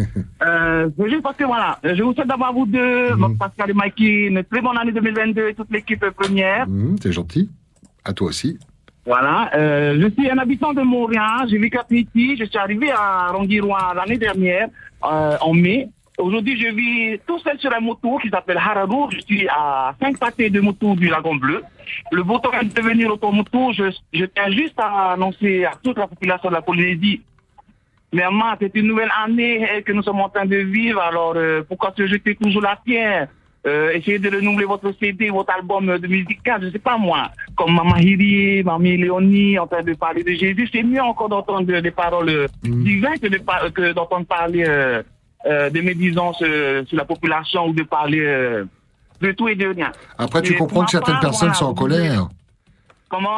C'est juste parce que voilà, je vous souhaite d'avoir vous deux, Pascal et Mikey, une très bonne année 2022 et toute l'équipe première. T'es gentil. À toi aussi. Voilà, je suis un habitant de Montréal, j'ai vécu à Tahiti, je suis arrivé à Rongiroa l'année dernière, en mai. Aujourd'hui, je vis tout seul sur un moto qui s'appelle Hararu. Je suis à 5 pâtés de moto du Lagon Bleu. Le beau temps de devenir automoto, je tiens juste à annoncer à toute la population de la Polynésie. Mais maman, c'est une nouvelle année que nous sommes en train de vivre, alors pourquoi se jeter toujours la pierre? Essayez de renouveler votre CD, votre album de musique, je sais pas moi, comme Maman Hiri, Mamie Léonie, en train de parler de Jésus. C'est mieux encore d'entendre des paroles divines que d'entendre parler de médisance sur la population ou de parler de tout et de rien. Après, tu comprends que certaines personnes sont en colère. Comment ?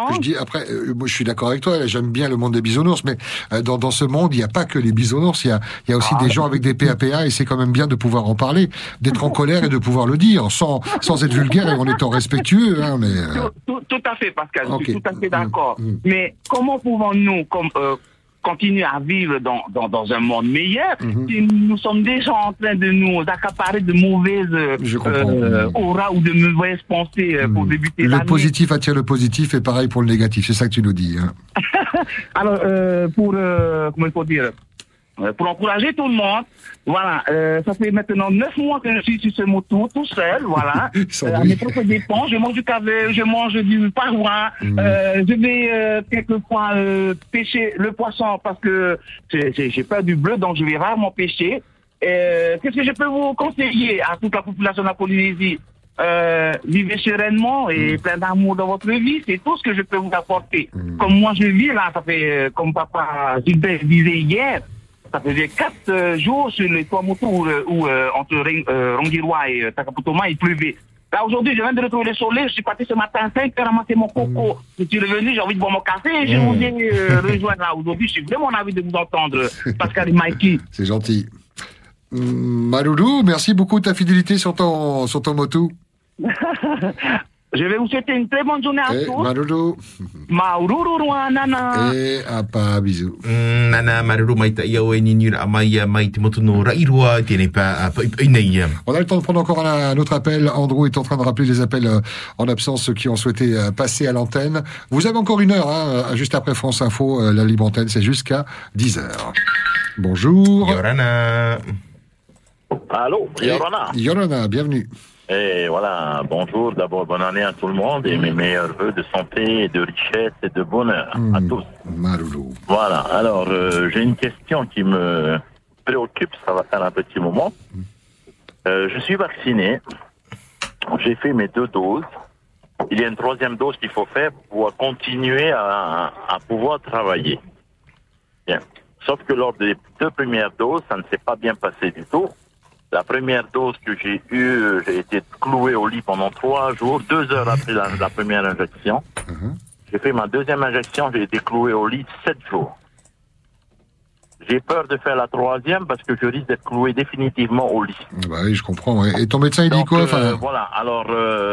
Je dis, après, moi, je suis d'accord avec toi, j'aime bien le monde des bisounours, mais dans ce monde, il n'y a pas que les bisounours, il y a aussi des gens avec des PAPA, et c'est quand même bien de pouvoir en parler, d'être en colère et de pouvoir le dire, sans être vulgaire et en étant respectueux. Hein, mais, tout à fait, Pascal, je suis tout à fait d'accord. Mais comment pouvons-nous continuer à vivre dans un monde meilleur si nous sommes déjà en train de nous accaparer de mauvaises auras ou de mauvaises pensées pour débuter l'année. Le positif attire le positif et pareil pour le négatif, c'est ça que tu nous dis. Hein. Alors, comment il faut dire, pour encourager tout le monde, voilà, ça fait maintenant 9 mois que je suis sur ce moto, tout seul, voilà, à mes propres dépenses, je mange du café, je mange du parois, je vais quelquefois pêcher le poisson parce que j'ai peur du bleu, donc je vais rarement pêcher. Qu'est-ce que je peux vous conseiller à toute la population de la Polynésie? Vivez sereinement et plein d'amour dans votre vie, c'est tout ce que je peux vous apporter. Comme moi je vis là, ça fait, comme papa Gilbert disait hier, ça faisait 4 jours sur les 3 motos où entre Rongiroa et Takaputoma, il pleuvait. Là, aujourd'hui, je viens de retrouver le soleil. Je suis parti ce matin à 5 heures ramasser mon coco. Je suis revenu, j'ai envie de boire mon café et je vous ai rejoint là. Aujourd'hui, je suis vraiment envie de vous entendre, Pascal et Mikey. C'est gentil. Maloulou, merci beaucoup de ta fidélité sur ton moto. Je vais vous souhaiter une très bonne journée à tous. Maloulou. Maurururua, nana. Et apa, bisous. Nana, Maruru, maïta, yaoe, ninura, amaya, maïti, motuno, rairua, tiene pas, On a le temps de prendre encore un autre appel. Andrew est en train de rappeler les appels en absence, ceux qui ont souhaité passer à l'antenne. Vous avez encore 1 heure, hein, juste après France Info, la libre antenne, c'est jusqu'à 10h. Bonjour. Yorana. Allô, Yorana. Yorana, bienvenue. Et voilà, bonjour, d'abord bonne année à tout le monde et mes meilleurs vœux de santé, de richesse et de bonheur à tous. Maloulou. Voilà, alors j'ai une question qui me préoccupe, ça va faire un petit moment. Je suis vacciné, j'ai fait mes 2 doses, il y a une 3e dose qu'il faut faire pour continuer à pouvoir travailler. Bien. Sauf que lors des 2 premières doses, ça ne s'est pas bien passé du tout. La première dose que j'ai eue, j'ai été cloué au lit pendant 3 jours, 2 heures après la première injection. J'ai fait ma 2e injection, j'ai été cloué au lit 7 jours. J'ai peur de faire la 3e parce que je risque d'être cloué définitivement au lit. Bah oui, je comprends. Ouais. Et ton médecin, il dit quoi Voilà, alors,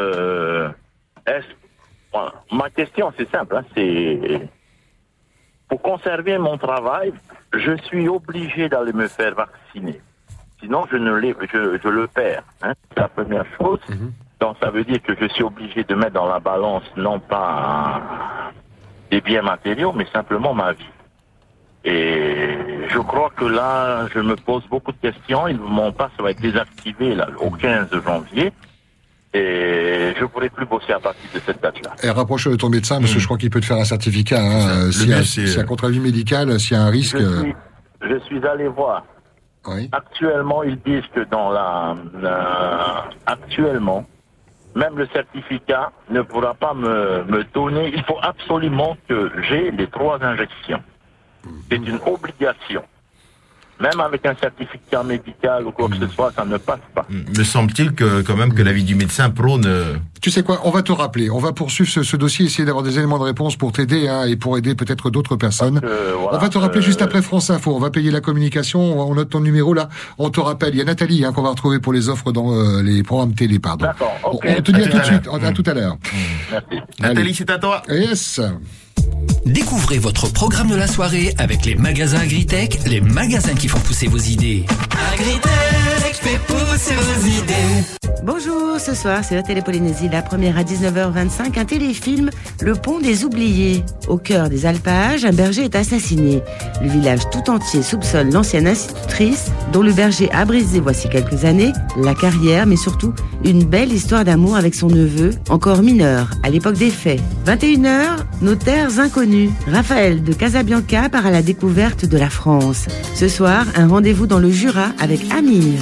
voilà. Ma question, c'est simple, hein, c'est... Pour conserver mon travail, je suis obligé d'aller me faire vacciner. Sinon, je le perds. Hein. C'est la première chose. Donc, ça veut dire que je suis obligé de mettre dans la balance non pas des biens matériaux, mais simplement ma vie. Et je crois que là, je me pose beaucoup de questions. Mon pass va être désactivé là, au 15 janvier. Et je ne pourrai plus bosser à partir de cette date-là. Et rapproche de ton médecin, parce que je crois qu'il peut te faire un certificat. Hein, s'il y a un contre-avis médical, s'il y a un risque... Je suis allé voir. Oui. Actuellement, ils disent que actuellement, même le certificat ne pourra pas me donner. Il faut absolument que j'ai les 3 injections. C'est une obligation. Même avec un certificat médical ou quoi que ce soit, ça ne passe pas. Me semble-t-il que quand même que l'avis du médecin prône... Tu sais quoi, on va te rappeler, on va poursuivre ce dossier, essayer d'avoir des éléments de réponse pour t'aider hein, et pour aider peut-être d'autres personnes. Voilà, on va te rappeler juste après France Info, on va payer la communication, on note ton numéro là, on te rappelle, il y a Nathalie qu'on va retrouver pour les offres dans les programmes télé, pardon. D'accord, ok. On te dit à tout de suite, à tout à l'heure. Merci. Nathalie, c'est à toi. Yes. Découvrez votre programme de la soirée avec les magasins Agritech, les magasins qui font pousser vos idées. Agritech fait pousser vos idées. Bonjour, ce soir c'est la Télé Polynésie, la première à 19h25, un téléfilm, Le Pont des Oubliés. Au cœur des alpages, un berger est assassiné. Le village tout entier soupçonne l'ancienne institutrice, dont le berger a brisé voici quelques années la carrière, mais surtout une belle histoire d'amour avec son neveu, encore mineur à l'époque des faits. 21h, nos terres inconnues. Raphaël de Casabianca part à la découverte de la France. Ce soir, un rendez-vous dans le Jura avec Amir.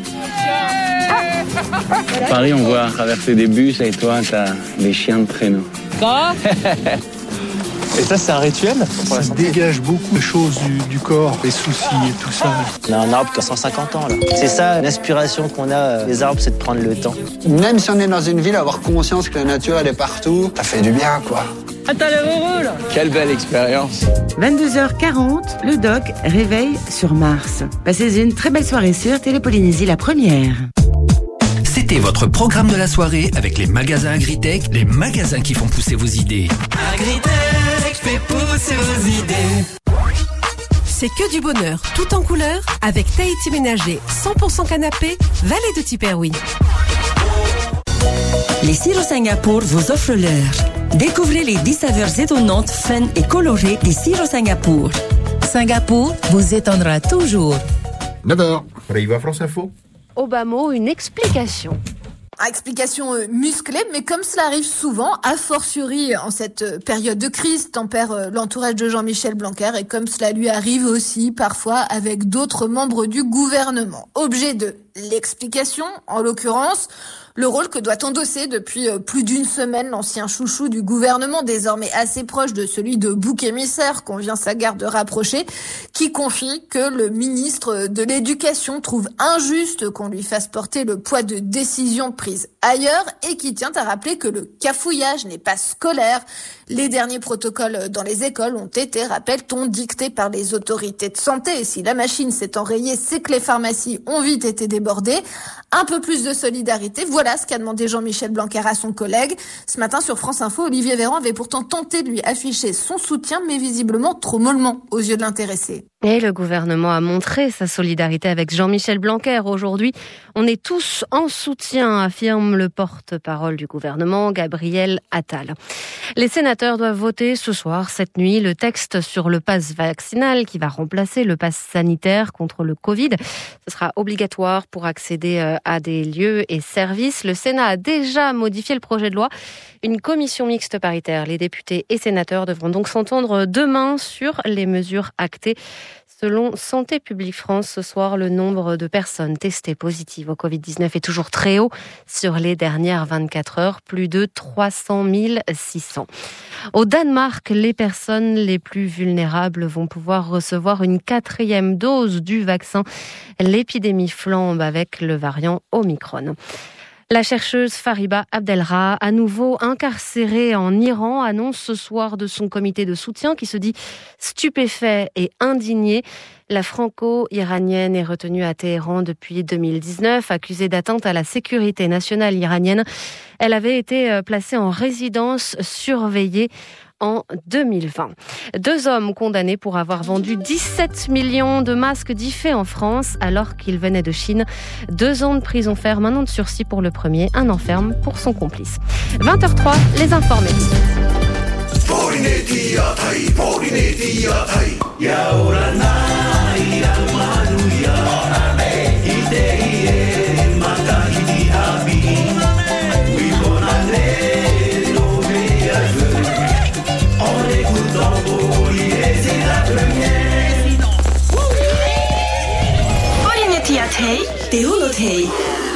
Paris, on voit traverser des bus et toi, t'as des chiens de traîneau. Quoi? Et ça, c'est un rituel? Ça dégage beaucoup de choses du corps, les soucis et tout ça. On a un arbre qui a 150 ans, là. C'est ça, l'inspiration qu'on a, les arbres, c'est de prendre le temps. Même si on est dans une ville, avoir conscience que la nature, elle est partout, ça fait du bien, quoi. Attends, le roule! Quelle belle expérience. 22h40, le doc réveille sur Mars. Passez une très belle soirée sur Télé Polynésie, la première. C'était votre programme de la soirée avec les magasins Agritech, les magasins qui font pousser vos idées. Agritech fait pousser vos idées. C'est que du bonheur, tout en couleur, avec Tahiti Ménager, 100% canapé, Vallée de Tiperoui. Les sirops Singapour vous offrent l'heure. Découvrez les 10 saveurs étonnantes, fun et colorées des sirops Singapour. Singapour vous étonnera toujours. 9h. Riva France Info. Obama, une explication. Explication musclée, mais comme cela arrive souvent, a fortiori en cette période de crise, tempère l'entourage de Jean-Michel Blanquer, et comme cela lui arrive aussi parfois avec d'autres membres du gouvernement. Objet de l'explication, en l'occurrence, le rôle que doit endosser depuis plus d'une semaine l'ancien chouchou du gouvernement, désormais assez proche de celui de bouc émissaire qu'on vient sa garde de rapprocher, qui confie que le ministre de l'Éducation trouve injuste qu'on lui fasse porter le poids de décisions prises ailleurs et qui tient à rappeler que le cafouillage n'est pas scolaire. Les derniers protocoles dans les écoles ont été, rappelle-t-on, dictés par les autorités de santé. Et si la machine s'est enrayée, c'est que les pharmacies ont vite été débordées. Un peu plus de solidarité, voilà ce qu'a demandé Jean-Michel Blanquer à son collègue. Ce matin sur France Info, Olivier Véran avait pourtant tenté de lui afficher son soutien, mais visiblement trop mollement aux yeux de l'intéressé. Et le gouvernement a montré sa solidarité avec Jean-Michel Blanquer. Aujourd'hui, on est tous en soutien, affirme le porte-parole du gouvernement, Gabriel Attal. Les sénateurs doivent voter ce soir, cette nuit, le texte sur le pass vaccinal qui va remplacer le pass sanitaire contre le Covid. Ce sera obligatoire pour accéder à des lieux et services. Le Sénat a déjà modifié le projet de loi. Une commission mixte paritaire, les députés et sénateurs devront donc s'entendre demain sur les mesures actées. Selon Santé publique France, ce soir, le nombre de personnes testées positives au Covid-19 est toujours très haut sur les dernières 24 heures, plus de 300 600. Au Danemark, les personnes les plus vulnérables vont pouvoir recevoir une 4e dose du vaccin. L'épidémie flambe avec le variant Omicron. La chercheuse Fariba Abdelrah, à nouveau incarcérée en Iran, annonce ce soir de son comité de soutien qui se dit stupéfait et indigné. La franco-iranienne est retenue à Téhéran depuis 2019, accusée d'atteinte à la sécurité nationale iranienne. Elle avait été placée en résidence surveillée en 2020. 2 hommes condamnés pour avoir vendu 17 millions de masques d'IFE en France alors qu'ils venaient de Chine. 2 ans de prison ferme, 1 an de sursis pour le premier, 1 an ferme pour son complice. 20h03, les informés. Te Hulotei.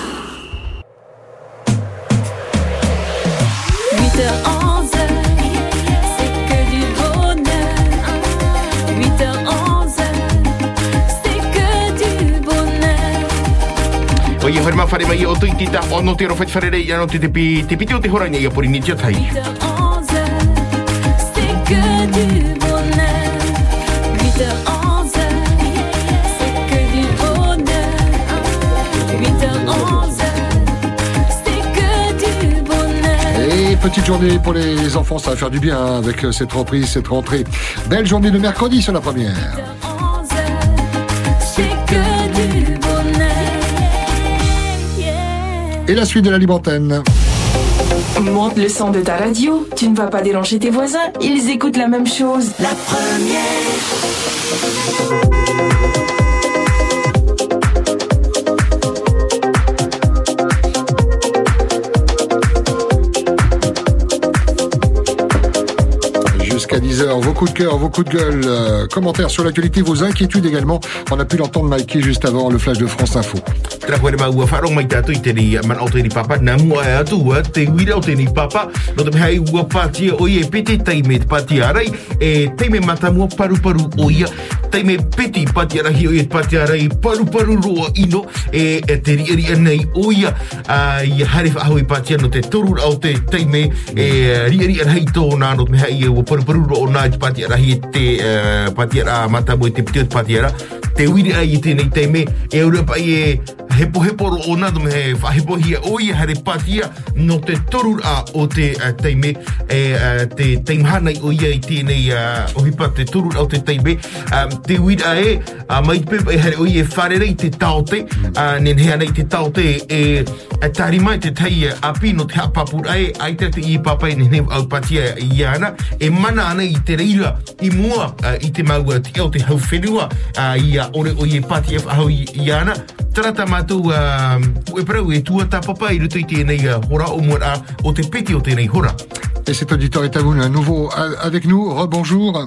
8h11, c'est que du bonheur. 8h11, c'est que du bonheur. Oye, Ferma, fare mai o tita o no te ro fai fare ya no te piti o te hora ni ya por initia tai. 8h11, c'est que du bonheur. 8h11, c'est que du bonheur. 8h11, c'est que du bonheur. petite journée pour les enfants, ça va faire du bien hein, avec cette reprise, cette rentrée. Belle journée de mercredi sur la première. Et la suite de la libre antenne. Monte le son de ta radio, tu ne vas pas déranger tes voisins, ils écoutent la même chose. La première. Jusqu'à 10h, vos coups de cœur, vos coups de gueule, commentaires sur l'actualité, vos inquiétudes également. On a pu l'entendre Mikey juste avant le flash de France Info. Peruru o nā te pati arahi te pati ara mata mo te piti o te pati ara te wiri ai i tēnei teime e ura pa i e hepo ro o nā me he whahepo hia o i hare patia no te toru a o te teime te teimhanai o ia i tēnei ohipa te toru o te teime te wiri ai mai te pepa e hare o i e wharerei te taote nen hea nei te taote e tari mai te tei api no te hapapur ai te i papai nen au patia i ana e mana ana i te reira i mua i te maua te au te hau whenua i ore o i e pati e whahau i ana tarata mātou e parau e tua tā papa i ruto i tēnei hora o mua o te peti o tēnei hora. Et cet auditeur est à vous, un nouveau avec nous. Rebonjour.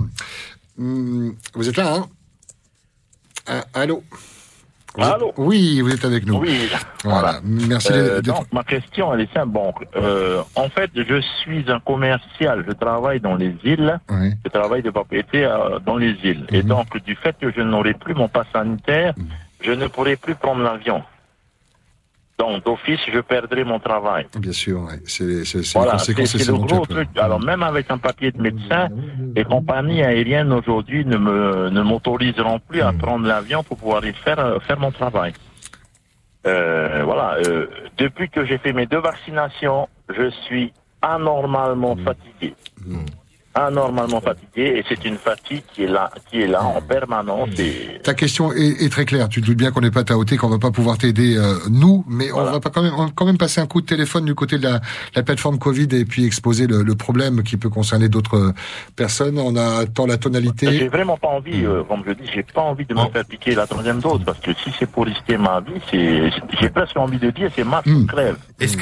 Vous êtes là, hein? Allô? Allô? Oui, vous êtes avec nous. Oui. Voilà. Merci. Donc, ma question, elle est simple. Bon, en fait, je suis un commercial. Je travaille dans les îles. Oui. Je travaille de propriété dans les îles. Et donc, du fait que je n'aurai plus mon pass sanitaire, je ne pourrai plus prendre l'avion. Donc, d'office, je perdrai mon travail. Bien sûr, ouais. Voilà, c'est le gros truc. Alors, même avec un papier de médecin, les compagnies aériennes aujourd'hui ne m'autoriseront plus à prendre l'avion pour pouvoir y faire mon travail. Voilà. Depuis que j'ai fait mes 2 vaccinations, je suis anormalement fatigué. Anormalement fatigué, et c'est une fatigue qui est là en permanence. Et... Ta question est très claire. Tu te doutes bien qu'on n'est pas taoté, qu'on va pas pouvoir t'aider nous, mais voilà. On va quand même passer un coup de téléphone du côté de la plateforme Covid et puis exposer le problème qui peut concerner d'autres personnes. On attend la tonalité. J'ai vraiment pas envie, comme je dis, j'ai pas envie de me faire piquer la 3e dose, parce que si c'est pour risquer ma vie, j'ai presque envie de dire c'est ma crève. Est-ce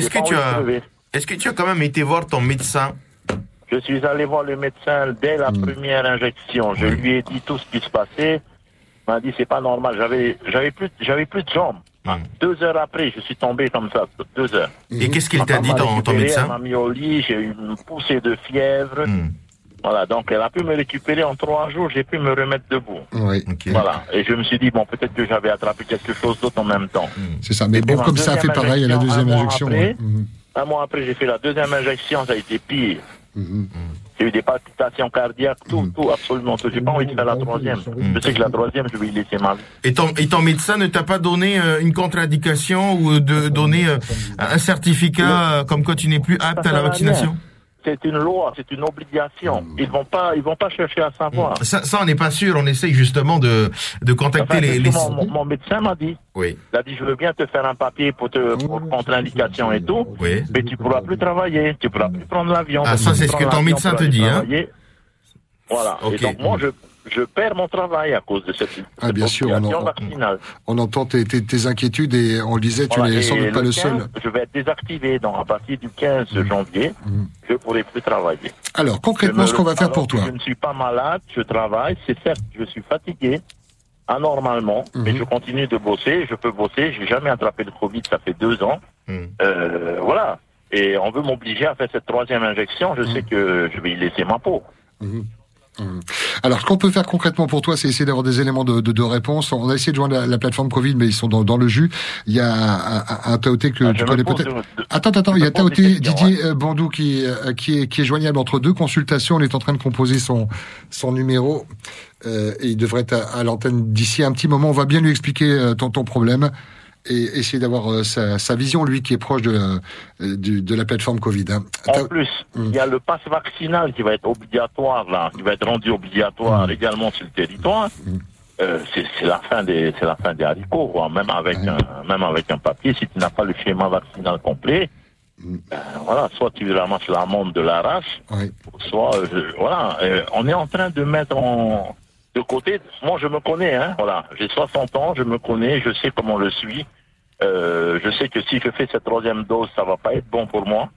que tu as quand même été voir ton médecin? Je suis allé voir le médecin dès la première injection. Je lui ai dit tout ce qui se passait. Il m'a dit c'est pas normal. J'avais plus de jambes. 2 heures après, je suis tombé comme ça. 2 heures. Et qu'est-ce qu'il t'a dit ton médecin? Elle m'a mis au lit. J'ai eu une poussée de fièvre. Voilà, donc elle a pu me récupérer en 3 jours. J'ai pu me remettre debout. Oui. Okay. Voilà. Et je me suis dit bon, peut-être que j'avais attrapé quelque chose d'autre en même temps. C'est ça. Mais bon, comme ça a fait pareil à la 2e injection. Un mois après, j'ai fait la 2e injection. Ça a été pire. J'ai eu des palpitations cardiaques, tout, absolument tout. J'ai pas envie de faire la 3e. Je sais que la 3e, je vais y laisser ma vie. Et ton médecin ne t'a pas donné une contre-indication ou de donner un certificat comme quoi tu n'es plus apte à la vaccination? C'est une loi, c'est une obligation. Ils vont pas chercher à savoir. Ça, on n'est pas sûr. On essaye justement de contacter les... Mon médecin m'a dit. Oui. Il a dit, je veux bien te faire un papier pour contre-indication et tout. Oui. Mais tu pourras plus travailler. Tu pourras plus prendre l'avion. Ah, ça, c'est ce que ton médecin te dit, hein? Voilà. Okay. Et donc, moi, je perds mon travail à cause de cette bien sûr, vaccinale. On entend tes inquiétudes et on le disait, tu n'es sans doute pas le seul. Je vais être désactivé, donc à partir du 15 janvier, je ne pourrai plus travailler. Alors, concrètement, ce qu'on va faire pour toi. Je ne suis pas malade, je travaille, c'est certes, je suis fatigué, anormalement, mais je continue de bosser, je peux bosser, j'ai jamais attrapé le Covid, ça fait 2 ans. Voilà. Et on veut m'obliger à faire cette 3e injection, je sais que je vais y laisser ma peau. Alors, ce qu'on peut faire concrètement pour toi, c'est essayer d'avoir des éléments de réponse. On a essayé de joindre la plateforme Covid, mais ils sont dans le jus. Il y a un Taoté que tu connais peut-être. Attends, il y a Taoté Didier Bandou qui est joignable entre 2 consultations. On est en train de composer son numéro et il devrait être à l'antenne d'ici un petit moment. On va bien lui expliquer ton problème. et essayer d'avoir sa vision, lui qui est proche de la plateforme Covid. Hein. En plus, il y a le pass vaccinal qui va être obligatoire là, qui va être rendu obligatoire également sur le territoire. C'est la fin des haricots, quoi. Même avec un papier, si tu n'as pas le schéma vaccinal complet, voilà, soit tu ramasses l'amende de l'arrache, soit on est en train de mettre de côté. Moi, je me connais, hein. Voilà, j'ai 60 ans, je me connais, je sais comment je suis. Je sais que si je fais cette 3e dose, ça va pas être bon pour moi.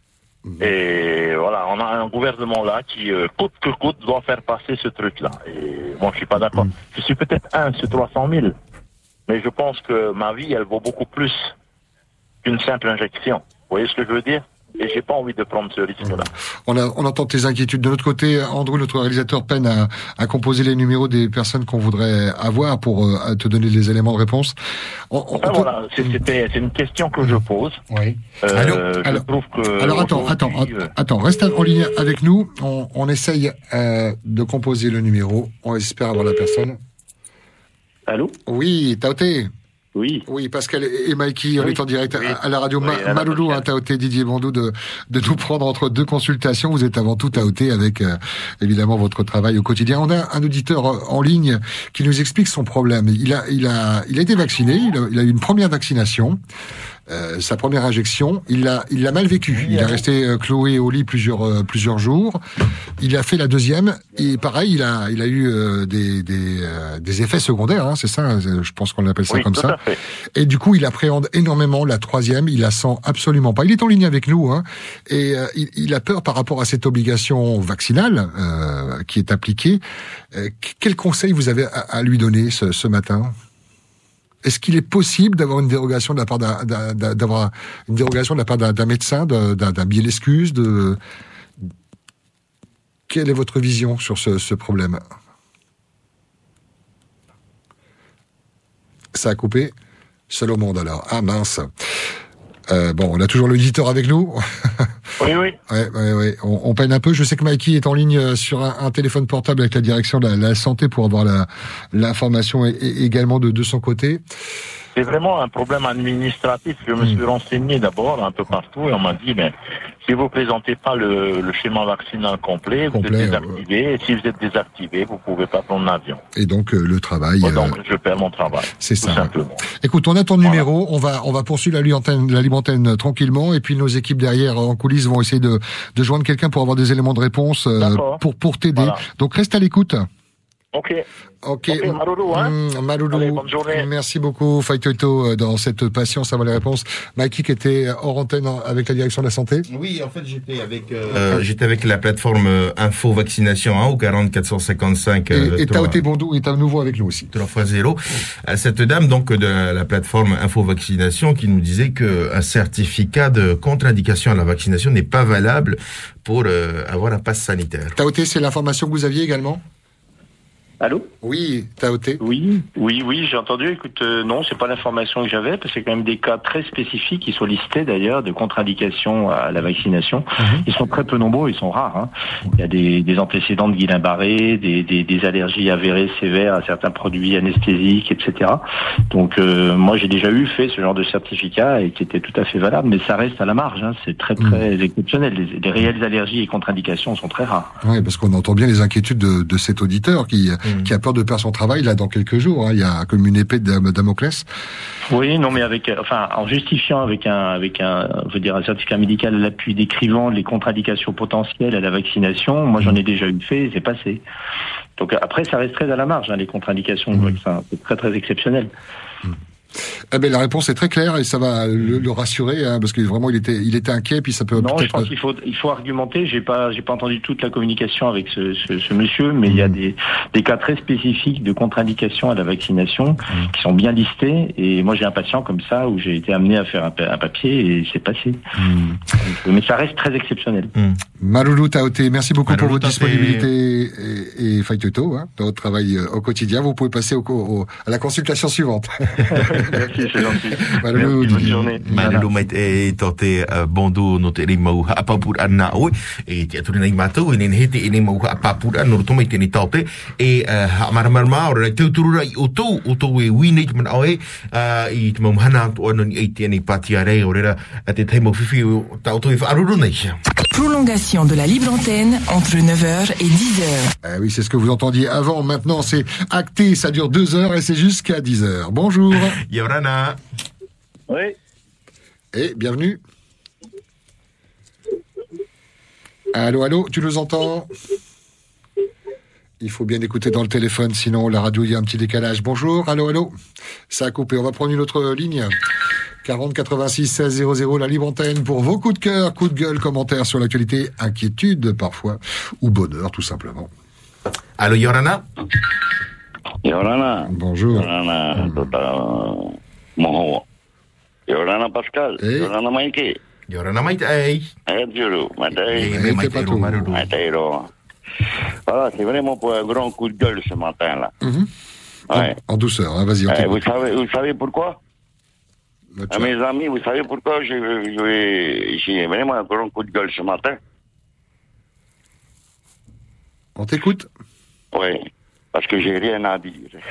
Et voilà, on a un gouvernement là qui, coûte que coûte, doit faire passer ce truc-là. Et moi, je suis pas d'accord. Je suis peut-être 1 sur 300 000, mais je pense que ma vie, elle vaut beaucoup plus qu'une simple injection. Vous voyez ce que je veux dire? Et j'ai pas envie de prendre ce risque-là. On entend tes inquiétudes. De l'autre côté, Andrew, notre réalisateur, peine à composer les numéros des personnes qu'on voudrait avoir pour te donner les éléments de réponse. Voilà, c'est une question que je pose. Oui. Je trouve que... Alors attends, reste en ligne avec nous. On essaye de composer le numéro. On espère avoir la personne. Allô? Oui, Taoté. Oui, Pascal et Mikey, on est en direct à la radio. Maloulou, Taoté, Didier Bandou, de nous prendre entre 2 consultations. Vous êtes avant tout Taoté avec évidemment votre travail au quotidien. On a un auditeur en ligne qui nous explique son problème. Il a été vacciné, il a eu une première vaccination. Sa première injection, il l'a mal vécu. Il est resté cloué au lit plusieurs jours. Il a fait la deuxième et pareil, il a eu des effets secondaires. Hein, c'est ça, je pense qu'on appelle ça comme ça. Et du coup, il appréhende énormément la 3e. Il la sent absolument pas. Il est en ligne avec nous, hein, et il a peur par rapport à cette obligation vaccinale qui est appliquée. Quel conseil vous avez à lui donner ce matin? Est-ce qu'il est possible d'avoir une dérogation de la part d'un médecin, d'un billet d'excuse, Quelle est votre vision sur ce problème? Ça a coupé. Seul au monde alors. Ah mince. On a toujours l'auditeur avec nous. Oui. Ouais. On peine un peu. Je sais que Mikey est en ligne sur un téléphone portable avec la direction de la santé pour avoir l'information également de son côté. C'est vraiment un problème administratif. Je me suis renseigné d'abord un peu partout et on m'a dit, mais si vous présentez pas le schéma vaccinal complet, vous êtes désactivé. Et si vous êtes désactivé, vous pouvez pas prendre l'avion. Et donc le travail. Donc je perds mon travail. C'est ça. Simplement. Écoute, on a ton numéro. On va poursuivre la libre antenne tranquillement. Et puis nos équipes derrière en coulisses vont essayer de joindre quelqu'un pour avoir des éléments de réponse pour t'aider. Voilà. Donc reste à l'écoute. Ok, Maloulou, hein. Maloulou. Allez, bonne journée. Merci beaucoup, Faitoto, dans cette patience à avoir les réponses. Mikey, qui était hors antenne avec la direction de la santé. Oui, en fait, j'étais avec la plateforme Info Vaccination, au 40 455. Et Taoté Bondou est à nouveau avec nous aussi. 3x0. Cette dame, donc, de la plateforme Info Vaccination, qui nous disait qu'un certificat de contre-indication à la vaccination n'est pas valable pour avoir un passe sanitaire. Taoté, c'est l'information que vous aviez également? Allô? Oui, Taoté. Oui, j'ai entendu. Écoute, non, c'est pas l'information que j'avais, parce que c'est quand même des cas très spécifiques qui sont listés d'ailleurs de contre-indication à la vaccination. Ils sont très peu nombreux, ils sont rares. Hein. Il y a des antécédents de Guillain-Barré, des allergies avérées sévères à certains produits anesthésiques, etc. Donc moi j'ai déjà fait ce genre de certificat et qui était tout à fait valable, mais ça reste à la marge. Hein. C'est très exceptionnel. Les réelles allergies et contre-indications sont très rares. Oui, parce qu'on entend bien les inquiétudes de cet auditeur qui a peur de perdre son travail là dans quelques jours. Hein. Il y a comme une épée de Damoclès. Oui, non, mais en justifiant avec un certificat médical à l'appui décrivant les contre-indications potentielles à la vaccination. Moi, j'en ai déjà fait, c'est passé. Donc après, ça reste très à la marge, hein, les contre-indications du vaccin. C'est très très exceptionnel. La réponse est très claire et ça va le rassurer, hein, parce que vraiment il était inquiet, puis ça peut. Non, je pense qu'il faut argumenter. J'ai pas entendu toute la communication avec ce monsieur, mais il y a des cas très spécifiques de contre-indication à la vaccination qui sont bien listés. Et moi j'ai un patient comme ça où j'ai été amené à faire un papier et c'est passé. Mais ça reste très exceptionnel. Maloulou Taoté, merci beaucoup pour votre disponibilité et Faitoto, hein, dans votre travail au quotidien. Vous pouvez passer à la consultation suivante. Merci, c'est gentil. Malou, bonne journée. Malou mai e tote bondo no te ri mau hapapura na oi e te aturi nei mātou e nene hete e nei mau hapapura no roto mai tēnei taute e hamaramara ora tauturura i o tau e wine ki mana oe i te mau hana to ono ni e tēnei patiare o rera te teimau whiwhi o tauto i whaaruru nei. Prolongation de la libre antenne entre 9h et 10h. Oui, c'est ce que vous entendiez avant. Maintenant, c'est acté. Ça dure 2 heures et c'est jusqu'à 10h. Bonjour. Yorana. Oui. Et bienvenue. Allô, tu nous entends? Il faut bien écouter dans le téléphone, sinon la radio, il y a un petit décalage. Bonjour, allô. Ça a coupé. On va prendre une autre ligne. 40 86 16 00, la libre antenne pour vos coups de cœur, coups de gueule, commentaires sur l'actualité, inquiétude parfois, ou bonheur tout simplement. Allô, Yorana. Yorana. Bonjour. Yorana, Moho. Yorana Pascal. Yorana Maike. Yorana Maite. Juro, Maiteiro. Voilà, c'est vraiment pour un grand coup de gueule ce matin-là. Ouais. En douceur, hein, vas-y. Vous savez pourquoi? Mes amis, vous savez pourquoi j'ai vraiment un grand coup de gueule ce matin? On t'écoute? Oui, parce que j'ai rien à dire.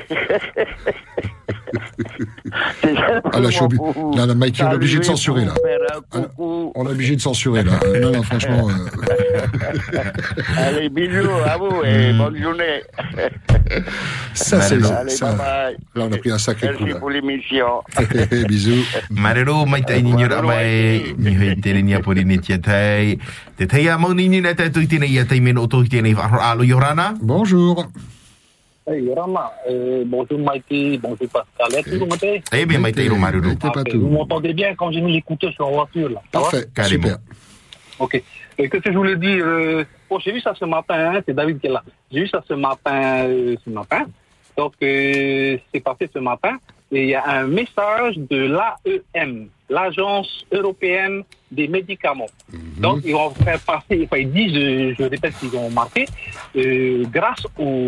Là, Mike, on est obligé de censurer, là. On est obligé de censurer, là. Non, franchement... Allez, bisous à vous et bonne journée. Ça, c'est... Allez, bye. Là, on a pris un sacré coup, là. Merci pour l'émission. Bisous. Marero, Maite, Ninyura, Mai, Nihe, Terenia, Porini, Tietai, Tetea, Monini, Neta, Tuitine, Yataimeno, Autotine, Alo, Yorana. Bonjour. Hey, Yorama, bonjour Maïté, bonjour Pascal. Est-ce que vous m'entendez? Eh bien, Maïté, vous m'entendez bien quand j'ai mis l'écouteur sur la voiture, là? Parfait, super. Ok. Et qu'est-ce que je voulais dire? J'ai vu ça ce matin, hein, c'est David qui est là. J'ai vu ça ce matin. Donc, c'est passé ce matin. Et il y a un message de l'AEM, l'Agence Européenne des Médicaments. Donc, ils vont faire passer, ils disent, je répète qu'ils ont marqué, grâce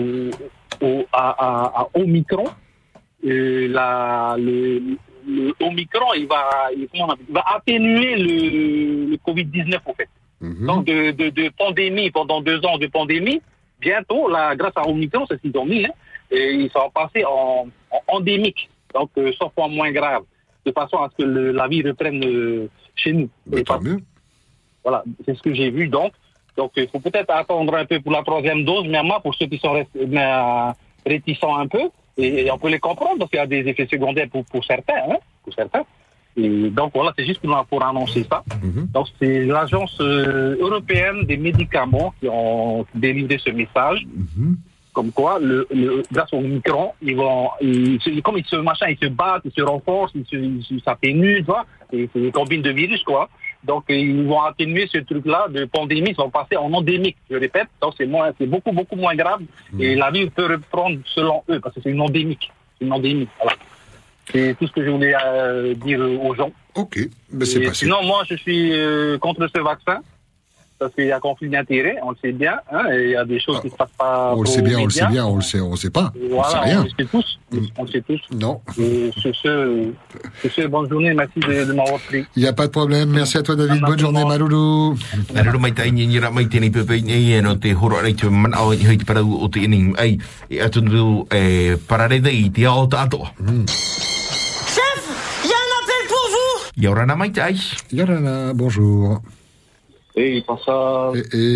à Omicron, le Omicron, il va atténuer le Covid-19, en fait. Donc, de pandémie, pendant 2 ans de pandémie, bientôt, là, grâce à Omicron, c'est ce qu'ils ont mis, hein, et ils sont passés en endémique, donc 100 fois moins grave, de façon à ce que la vie reprenne chez nous. Voilà, c'est ce que j'ai vu, donc. Donc, il faut peut-être attendre un peu pour la 3e dose, mais moi, pour ceux qui sont réticents un peu, et on peut les comprendre, parce qu'il y a des effets secondaires pour certains, hein, Et donc, voilà, c'est juste pour annoncer ça. Donc, c'est l'Agence européenne des médicaments qui ont délivré ce message, comme quoi, grâce au Omicron, comme ils se battent, ils se renforcent, ils s'atténuent, tu vois, et c'est des combines de virus, quoi. Donc, ils vont atténuer ce truc-là de pandémie, ils vont passer en endémique, je répète. Donc, c'est beaucoup, beaucoup moins grave. Et la vie peut reprendre selon eux, parce que c'est une endémique. Voilà. C'est tout ce que je voulais dire aux gens. Ok, mais c'est passé. Sinon, moi, je suis contre ce vaccin, parce qu'il y a conflit d'intérêts, on le sait bien, hein, et il y a des choses qui ne se passent pas. On le sait bien, on le sait pas. Voilà, on le sait tous. On le sait tous. Non. Et sur ce, bonne journée, merci de m'avoir pris. Il n'y a pas de problème, merci à toi David, bonne journée Maloulou. Maloulou mai tai ni ra mai teni pepe nei no te horo ai te man au hei te parau o te ini ai e atunu parareda I te ao tato. Chef, il y a un appel pour vous. Yorana mai tai. Yorana, bonjour. Hey, passa.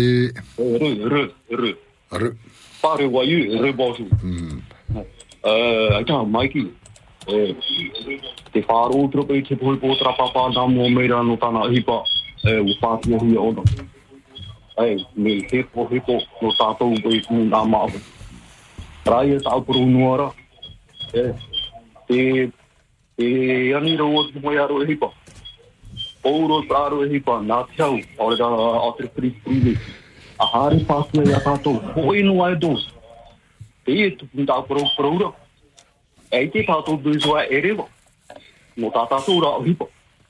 Pas revoyeux, bonjour. Attends, Mikey. Te whāro tropa I te pui pōtara papa nā mua meira no tāna hipa o pātia hui ona. Me hepo no tātou i nā māu. Rai e tāpuru nuara. Te anira o te mai aro e hipa. Ouro tāro e hipa, nā tiau, ore da atre prīne. A hāre pātia I a tātou, hoi no ai dos. Te e tupu tāpuru. E te tātou dūsua e rewa. No tā tātou rā o hipa.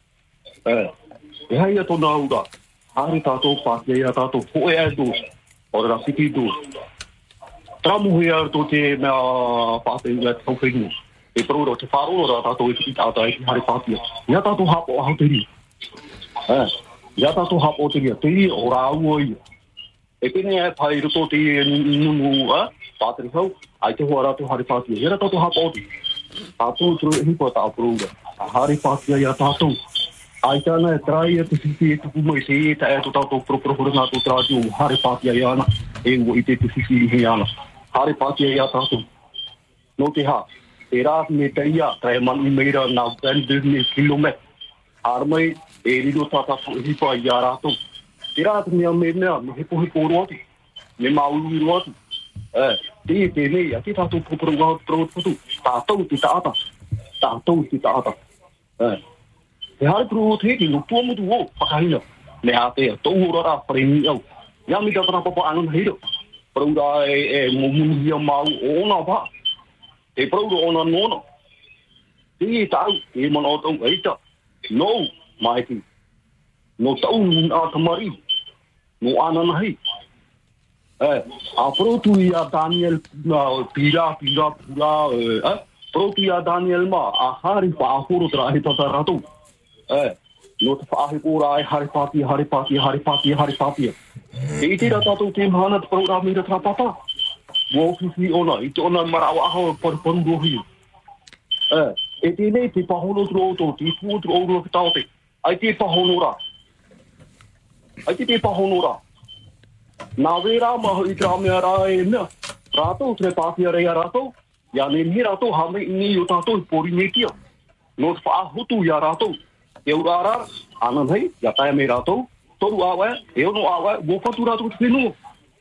E hei a tōna ura. Hāre tātou pātia I a tātou, hoi ai dos. Ore da whiti dos. Tramu hui ar tō te mea pātia I a tātou whenua. e pro te wharo ra tātou e ki tātou e ki hare pātia. Ia tātou hapo ahau te ria. Ia tātou hapo te ria. Te ria o rā ua ia. E pene e pai roto te nunu pāteri hau, ai te hoa rātou hare pātia. Ia tātou hapo te. Tātou tro e hipo tāu pro ura. Hare pātia ia tātou. Ai tāna e trai e te whiwhi e tuku mai se e ta e to tātou pro nā tō trāti o hare pātia ia ana. E ua i te whiwhi i he ana. Hare pātia ia tātou. No te ha. E rā me te ia, trai manu meira nā 22 kilometre. Armai e rido tātou e hipa ia rātou. Te rā te mea me hepo roati. Me maulu roati. Te mea, te tātou pro-putu. Tātou te tāta. Tātou te tāta. Te hare pro te heki, no tuamutu o, whakahina. Me a te tauhora rā whareni au. Ia mi ka papa angan heiro. Praura e mumuhia mau o ona wha. Te praura ona nona. Te tau, e mana o tau eita. No, maiti. No tau a kamari. No ananahi. A protu ia Daniel pira, protu ia Daniel ma, a hari pa a horo tra he tata rato. No te whaahe kora ai hare pātia. E ite ra tātou te mahana te parura mira tra papa. Wo whiwhi ona, i te ona marawa aho paru rohi. E te nei te pahono tro oto, te fuo tro ouro ki taote. Ai te pahono ra. Nā wera maho i tra mea rā e mea. Rātou tre pātia rea rātou. Ia ne mi rātou hame ini o tātou i pori me kia. No te whaahutu ia rātou. E ura rā, anan hei, ia tae me rātou. Toru awa, e ono awa, wo whatu rātou te whenua.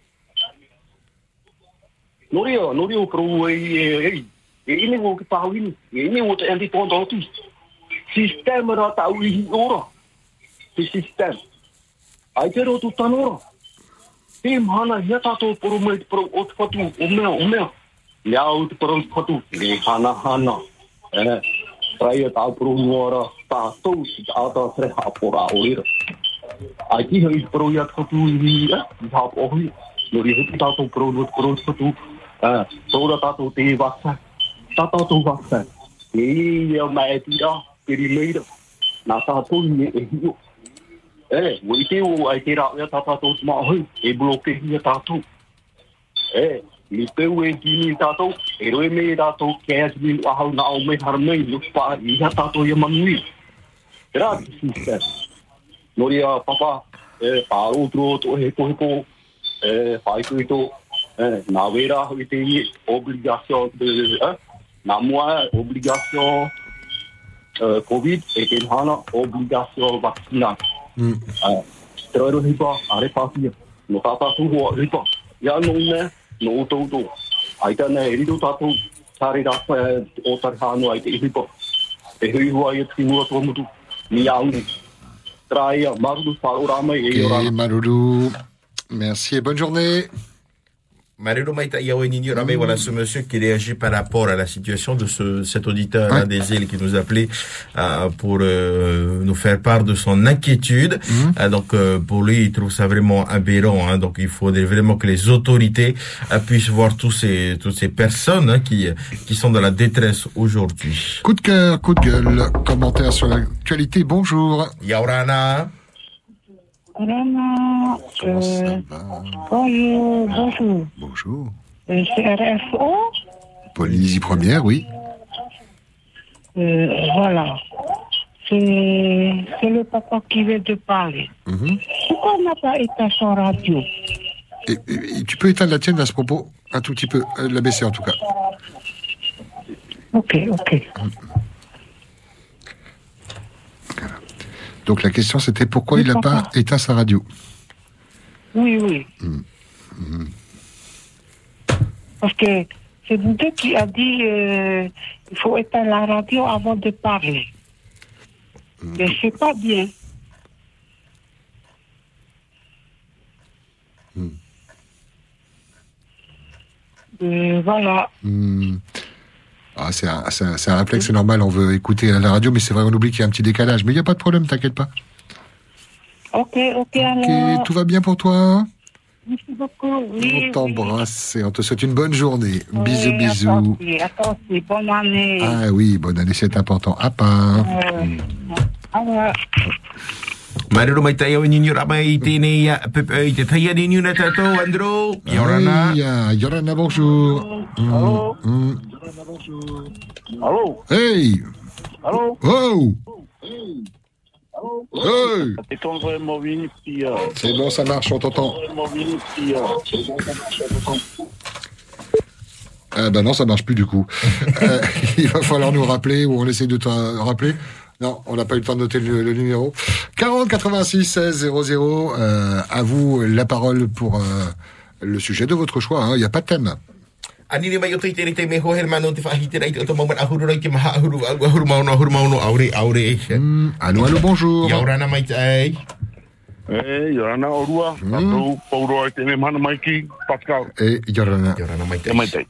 Nori o pro e ine wo ki pāwini. E ine wo te anti-pondoti. Sistema rā tau ihi ora. Te sistema. Ai te rotu tanora. Te mahana hia tātou poro mai te poro o te whatu o mea. Ia o te poro te whatu. Le hana. Rai e tāu poro nuara tātou si te ātā tere hapora o rera. Ai ki hei te poro ia te whatu i hapo ohi. Nori hei tātou poro te whatu. Tōra tātou te wasa. Tātou wasa. E ia mai tira, peri meira. Nā tātou me e hio. Wo i te o ai te rā ea tātou te maahoi, e bloke hia tātou. Mi peu e kini tātou, e roe me tātou kēs mi ahau na au me haramei, lupa i hia tātou ia manui. E rā ki sistem. Nori a papa, pāro tro to heko, whaiku i tō, nā wera i te i obligation, nā mua obligation COVID, e te hana obligation vaccinat. Te roero hipa, are pātia. No tātou hoa hipa. Ia no me, no tauto. Ai tana e rido tātou, tāre rāpa o tari hānu ai te hipa. E hui hua i te mua tōmutu. Ni aungi. Traia, maruru, whao rāmai, e o rāna. Maruru, merci et bonne journée. Maruru Maïta Yaouenini Ramé, voilà ce monsieur qui réagit par rapport à la situation de cet auditeur des îles qui nous appelait pour nous faire part de son inquiétude. Donc pour lui, il trouve ça vraiment aberrant. Donc il faudrait vraiment que les autorités puissent voir toutes ces personnes qui sont dans la détresse aujourd'hui. Coup de cœur, coup de gueule, commentaire sur l'actualité. Bonjour. Yaurana. Rana, bonjour. Bonjour. C'est RFO. Polynésie première, oui. Voilà. C'est le papa qui vient de parler. Pourquoi on n'a pas éteint son radio? Et tu peux éteindre la tienne à ce propos, un tout petit peu, la baisser en tout cas. Ok. Donc la question c'était pourquoi il n'a pas éteint sa radio. Oui. Parce que c'est vous deux qui a dit il faut éteindre la radio avant de parler. Mais c'est pas bien. Voilà. Ah, c'est un réflexe, c'est normal, on veut écouter la radio, mais c'est vrai, on oublie qu'il y a un petit décalage. Mais il n'y a pas de problème, t'inquiète pas. Ok, alors... tout va bien pour toi? Merci beaucoup. Oui, on t'embrasse et on te souhaite une bonne journée. Bisous, bisous. Attention, bonne année. Ah oui, bonne année, c'est important. À part. Au revoir. Maruru mai tai au ninyo ramai tēnei ia pepe i te taia ninyo na tātou, Andrew. Yorana. Yorana, bonjour. Allô. Allô. Hey. Allô. Oh. Hey. C'est bon, ça marche, on t'entend. Ah ben non, ça marche plus du coup. Il va falloir nous rappeler, ou on essaie de te rappeler. Non, on n'a pas eu le temps de noter le numéro. 40 86 16 00. À vous la parole pour le sujet de votre choix. Il n'y a pas de thème. Ani mai o te te me ho hermano te whahite rai te o tomo ahuru rai ke maha ahuru mauno aure. Allô, bonjour. Yorana mai tai. Yorana orua. Tatou pauro ai tēnei mana mai ki Pascal. Yorana mai tai.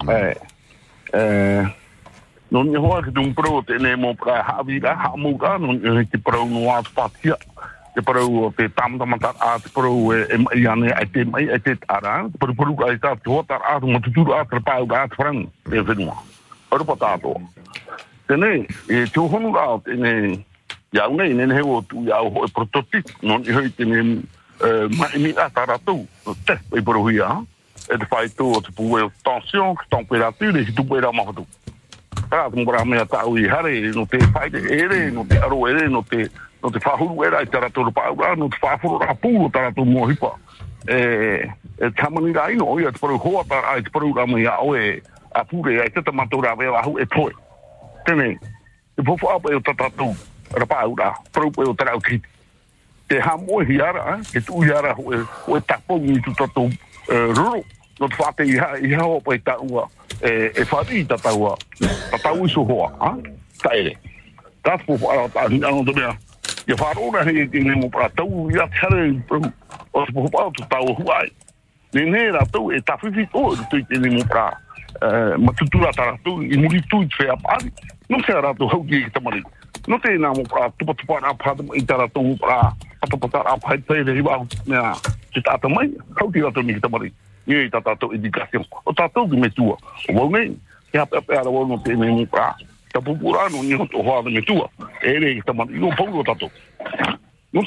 Non ni hoa ki tung pro tēnei mo pra havira hamura non ki pro no aspatia. Te pro te tamata a te pro e ane ai te ara pro ai ta tota a mo tu a trapa a fran te venua. Ora patato. Tēnei e tu honu ra tēnei ya una ne he o tu ya o prototype non i hoi tēnei mai mi atarato te e pro ia e te fai tu o te puwe tension temperature e tu pera mahatu. Pra tu mbra me ata ui hare no te fai de ere no te aro ere no te whahuru era i tarato paura no te whahuru rapuru tarato mo hipa e tamani rai no ia te paru hoa ta ai te paru rama ia oe a pure ai te tamatura vea ahu e toi tēnei te pofu apa e o tatatu rapaura paru e o tarau kiti te hamoe hiara ke tu hiara o e tapongi tu tatu ruru no te whate iha opa e taua e whari tataua tatau iso hoa taere that's pofu ara ta ano te mea ia wharora hei te nemo pra tau ia tere o te pohopa o te tau huai. Nene ratou e tawhiwi o te te nemo pra matutura taratou i muri tui te whea pari. No se ratou hauki e ki tamari. No te namo pra tupa na pātam i taratou pra patapata a pai te rehiwa mea te tata mai. Hauki ratou ni ki tamari. Ni e tatatou edikasyon. O tatou ki me tua. O wau nei, ke hape ara wau no te nemo pra ta pupurano ni ho to hoa me tua ere ta man io paulo tato no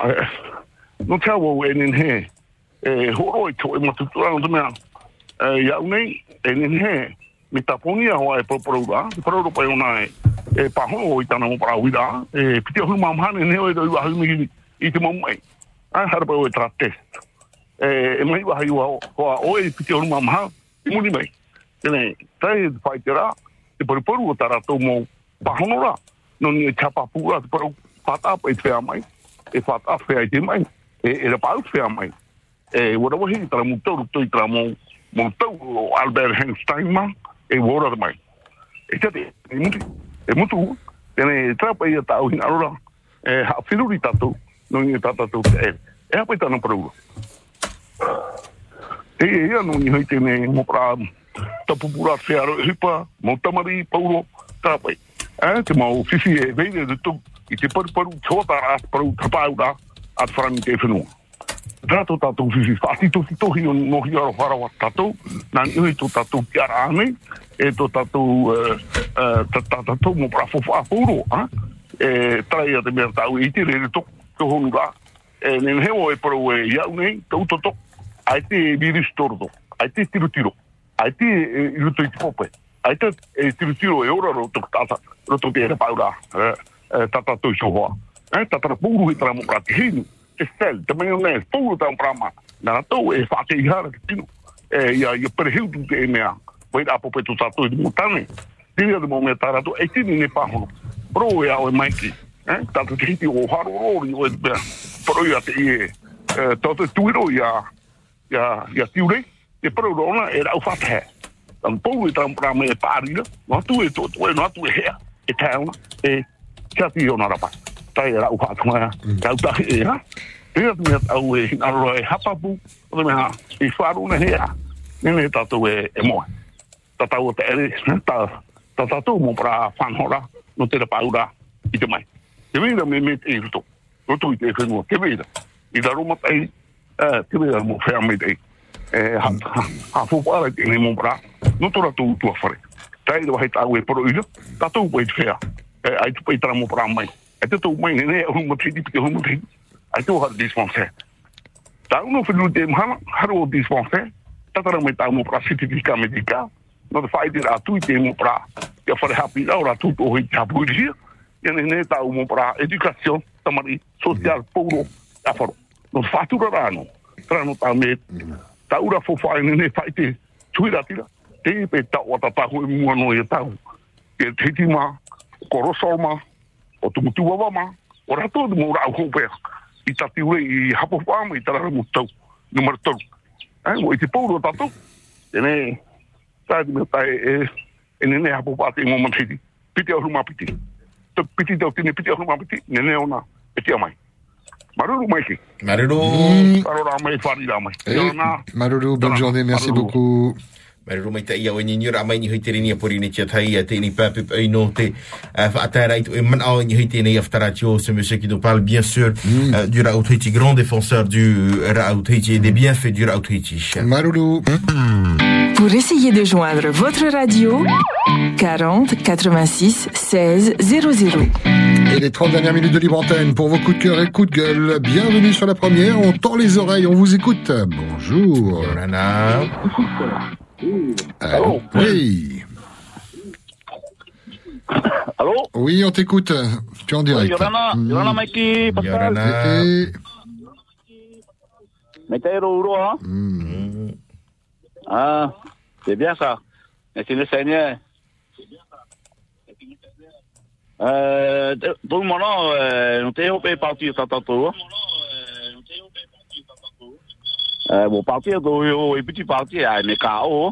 cha wo enen he horo to e matuturano to mea ya unei enen he mi taponia ho e poporoa poporo pa una e pa ho i tana mo para uida piti ho mamhane ne o do wa mi i te mamai a har pa o tratte mai wa ho o e piti ho mamha mo ni mai tene tai faitera te poru o taratou mo pahonora no ni chapa pura te poru pata pa te mai e fata fe ai te mai e le pau fe mai wora wo hi tra mo toru toi tra mo Albert Einstein ma e wora mai e te mutu tene trapa ia tau hin arora ha filuri tatu no ni tatu e ha pa tano poru ia no ni hoi tene mo pra tapupura fearo hipa montamari paulo tapai te mau fifi e veine de tu i te paru chota as paru tapauda at frami te fenu trato tatu fifi fati to hi no hiaro fara wa tatu nan i to tatu kiarane e to tatu tatu mo pra fofa puro traia de mertau i te re to honura nen heo e paru e ia nei to ai te virus tordo ai te tiro ai te ruto i pope ai te tiro e ora roto tata roto te paura tata to soa tata puru i tramo praticino te sel te maionese puru tam prama na to e fate i hara tino ia perhiu te mea vai a pope to tato i montane dia de momento tarato e tini ne pahono pro e ao maiki tata te hiti o haro ori o pro ia te toto tuiro ia tiure e pro rona era o fathe tam pou tam pra me parida no tu e to no tu e e tauna e chati ona rapa tai era o fathe ma ta e ha e me au e aro e hapapu o me ha e faru na hea nene tatu e mo tatu te ere tatu mo pra fanhora no te paura i te mai te vinda me e to no tu te fenua te vinda i da roma tai Tu veux mon frère m'aider. Faut pas les mon bras. Nous t'aura tout faire. T'as doit être à pour eux. T'as tout pour faire. Ai tu peux mon bras mai. Ai tu tout mai né on me dit que on me dit. Ai tu har dispenser. T'as nous fait nous des mal, har dispenser. T'as mettre mon bras certificat médical. Notre faille à tout et mon bras. Il faut rapide là tout au dire. Il y a tá mon bras éducation, tamari social puro. Aforo. Notre fatura rano. Trano tamé. Ta ura fo fa ne faite tuira tira te pe ta o ta hu mu no e ta ke te ma korosoma o tu mutu wa ma ora to mo ra ho pe I ta ti ure I hapo fa mo I ta ra mu tau número 2 o I te poro ta to ene ta di me ta ene hapo pa te mo mo ti piti o ma piti to piti to ti ne piti o ma piti ne ona e ti mai Maruru Mikey. Maruru. Maruru, bonne journée, merci beaucoup. Maruru mai tai au ni ra mai ni hoiteri ni pori ni tia tai te ni pape ai no te atara et man au ni hoiteri ni aftaratio ce monsieur qui nous parle bien sûr du Rao Tahiti, grand défenseur du Rao Tahiti et des bienfaits du Rao Tahiti. Maruru. Pour essayer de joindre votre radio, 40 86 16 00. Et les 30 dernières minutes de libre antenne pour vos coups de cœur et coups de gueule. Bienvenue sur la première, on tend les oreilles, on vous écoute. Bonjour. Nana. Allô. Oui. Allô. Oui, on t'écoute. Tu es en direct. Yorana Mikey, Pascal. Météo Uro, hein. Ah, c'est bien ça. Merci le Seigneur. Tout le monde, nous t'es opé partir tantôt. Bon, partir de petit parti à mes KO.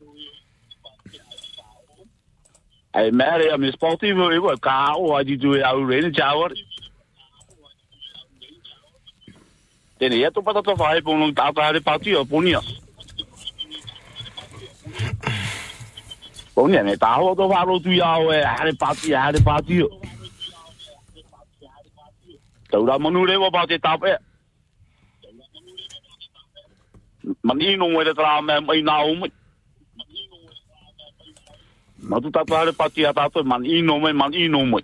Ai mère, mes sportifs, KO, a dit de à Urène, Jawar. Il y a tout pas de faire pour nous t'attendre partir pour nous. Bon, mais t'as好多花路都要诶，还得八字，就啦，冇你我把只搭诶，问你弄我的啦咩？没闹咩？我都搭到你八字啊，搭到问你弄咩？问你弄咩？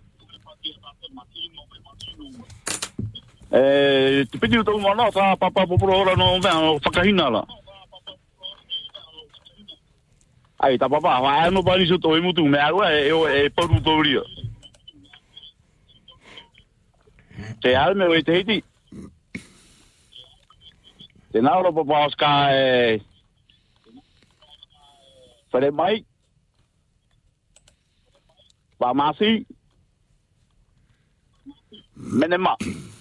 毕竟都我那啥，爸爸不了弄咩？发个hin啦。Ai tá papá, vai no banho isso tô muito merda, eu por o torio. Te alme o te Te na hora papá ska Fare mai. Pa masi. Menema.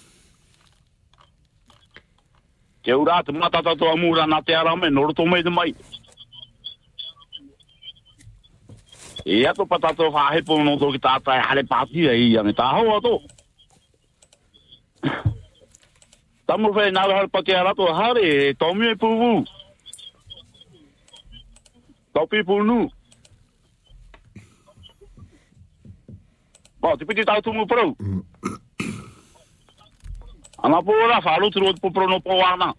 Ke ura te mata to amura na te ara me no to me de mai. E ato patato fa hepo no to kita ta hale pati ai ya meta ho to tamu fe na hal pati ala to hare to mi pu to pi pu nu ba ti piti ta tu mu pro ana po la fa lu tro po pro no po ana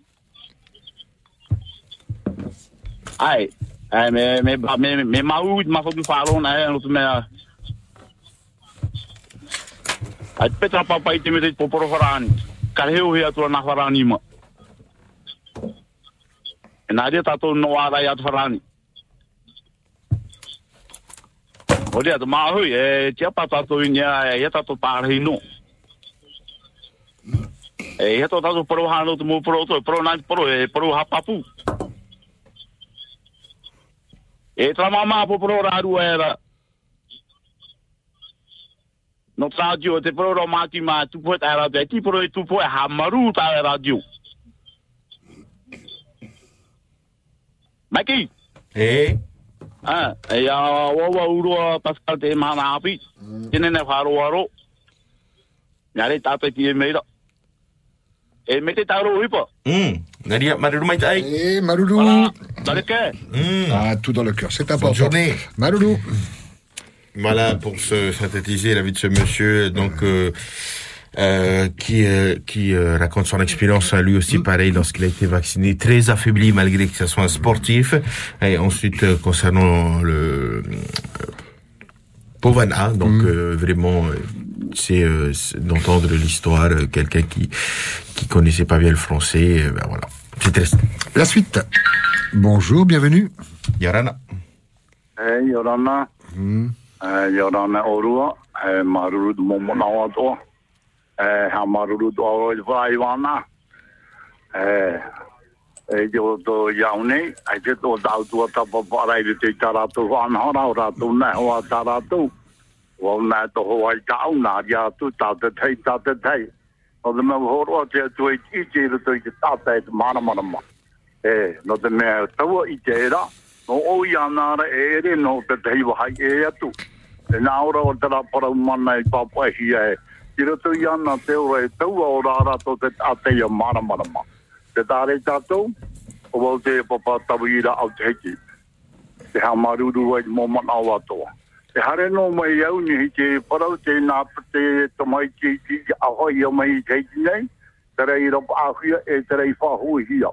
ai me mau ma fo falo na no me ai petra papa ite me po pro farani kalheu ia to na farani ma na dia tato no ara ia farani odia to ma hu tia papa to nya ia tato parino ia to tato pro hano to mo pro to pro na pro hapapu tra mamma po pro raru era no radio te pro romati ma tu puoi era de ti pro tu puoi hamaru ta radio Mikey ya wa uro Pascal te mana api tiene ne faro aro nyare ta pe ti me ro mete ta ro hipo Nadia, Maruru mai tai. Maruru. Voilà. Dans le cœur. Ah, tout dans le cœur, c'est important. Bonne journée. Maruru. Voilà, pour se synthétiser la vie de ce monsieur, donc qui raconte son expérience lui aussi pareil lorsqu'il a été vacciné, très affaibli malgré que ce soit un sportif. Et ensuite concernant le Povana, donc vraiment c'est d'entendre l'histoire quelqu'un qui connaissait pas bien le français, ben voilà, c'est triste. La suite. Bonjour, bienvenue. Yorana. Yorana. Yorana Orua. Maruru Momonawato. Hamaruru Vaiwana. Yoto Yaune. I did all out what up of what I did take Tarato on Horatu Nawa Taratu. Well, not the Hawaii town, not Yatu, Tate. Or the Mahoro to each to the Tate Manamanama. Not the mayor, Tawa Itera. No, Yana, Ere, no, that they were high air too. An hour or the Rapper one night, Papa here. You to Yana, Tawa, Tawa, to the Ate Manamanama. The Daretato, or the Papa Tawira out Heki. The Hamaru moment Awato. The Hareno may only Porte not to my Ahoy, may take name. The rate of Ahia is a fahu here.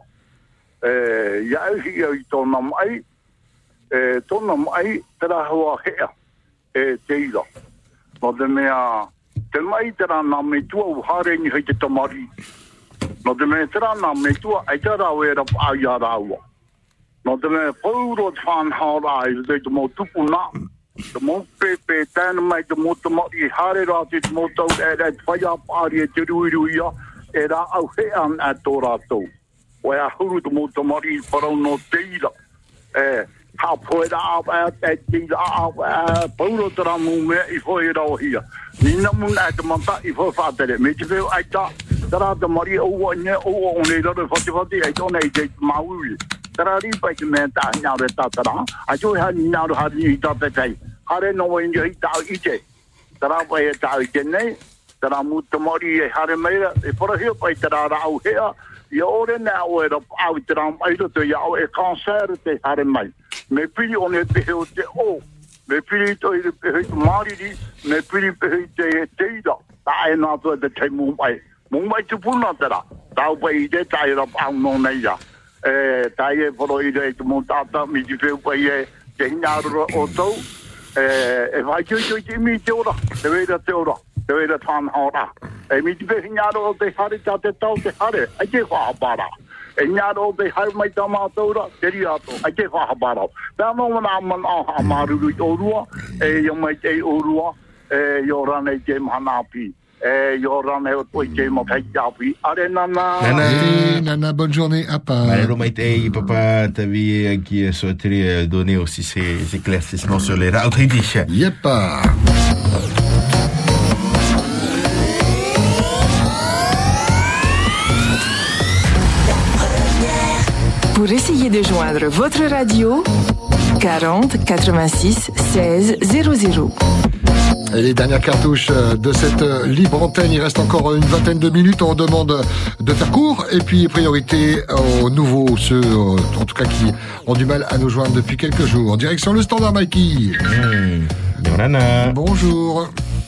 Yahi Tonam I, Tonam I, Tarahu here, Taylor. Not the mea, the Maitana me to Haring Hitamari. Not the Metrana me to Itara of Ayarawa. Not the me Poro fan how I the Motupuna. The most pepe, dynamite, the motomoti, Harry is moto at fire party to do era out here at Torato. Where who the motomoti for no data. How put up at the Polo Tramu if we all here. Ninamun at the Monta if I father it. Make you feel I thought that are the Maria only other 40, I don't know, Maui. There are by the man now that Tatara. I do have now to have you thought that I don't know when you eat out each day. There are by a thousand days. There are Mutamori, Haramera, for a hill by that are out here. You're in now with out around either to your a concert they had in mind. Maybe on it beheld the oh, maybe to the Marty, maybe the data. I not at the time Mumbai to Punatara. That way they tired of unknown Asia. Taye for the Montata, Midfield by Jane Auto. If I choose to meet Yoda, the way that Yoda, the way that Fan Hora. I meet Yaro, they had it at the top, they had it. I gave her a bara. And Yaro, they have my Tomato, Teriato. I gave her a bara. That moment I'm on Amaru Orua, you might say Orua, you're on a game Hanapi. You're on a game of Hajapi. Nana, bonne journée à part. Papa, t'avais qui souhaiterait donner aussi ses éclaircissements sur les routes. Yep. Pour essayer de joindre votre radio, 40 86 16 00. Et les dernières cartouches de cette libre antenne, il reste encore une vingtaine de minutes. On demande de faire court et puis priorité aux nouveaux, ceux en tout cas qui ont du mal à nous joindre depuis quelques jours. Direction le standard, Mikey. Bonjour.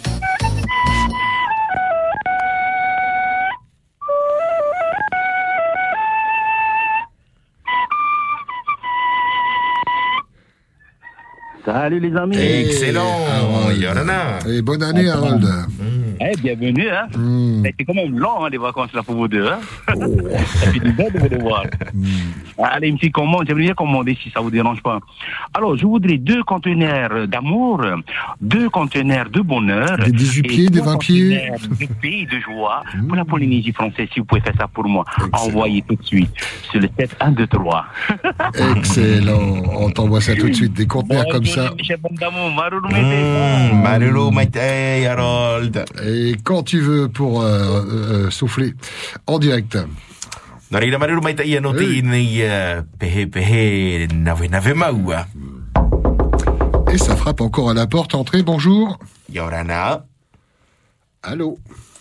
Salut les amis. Excellent, Yorana. Et bonne année, Harold. Bienvenue, hein. C'est quand même long, hein, les vacances là pour vous deux, hein. Ça fait du bien de vous devoir. Allez, une petite commande, j'aimerais bien commander si ça vous dérange pas. Alors, je voudrais 2 conteneurs d'amour, 2 conteneurs de bonheur. Des 18 pieds, des 20 pieds. De paix et de joie pour la Polynésie française, si vous pouvez faire ça pour moi. Envoyez tout de suite sur le 7 1 2 3. Excellent. On t'envoie ça tout de suite, des conteneurs comme ça. Harold. Et quand tu veux pour souffler en direct. Et ça frappe encore à la porte. Entrée, bonjour. Yorana. Allô.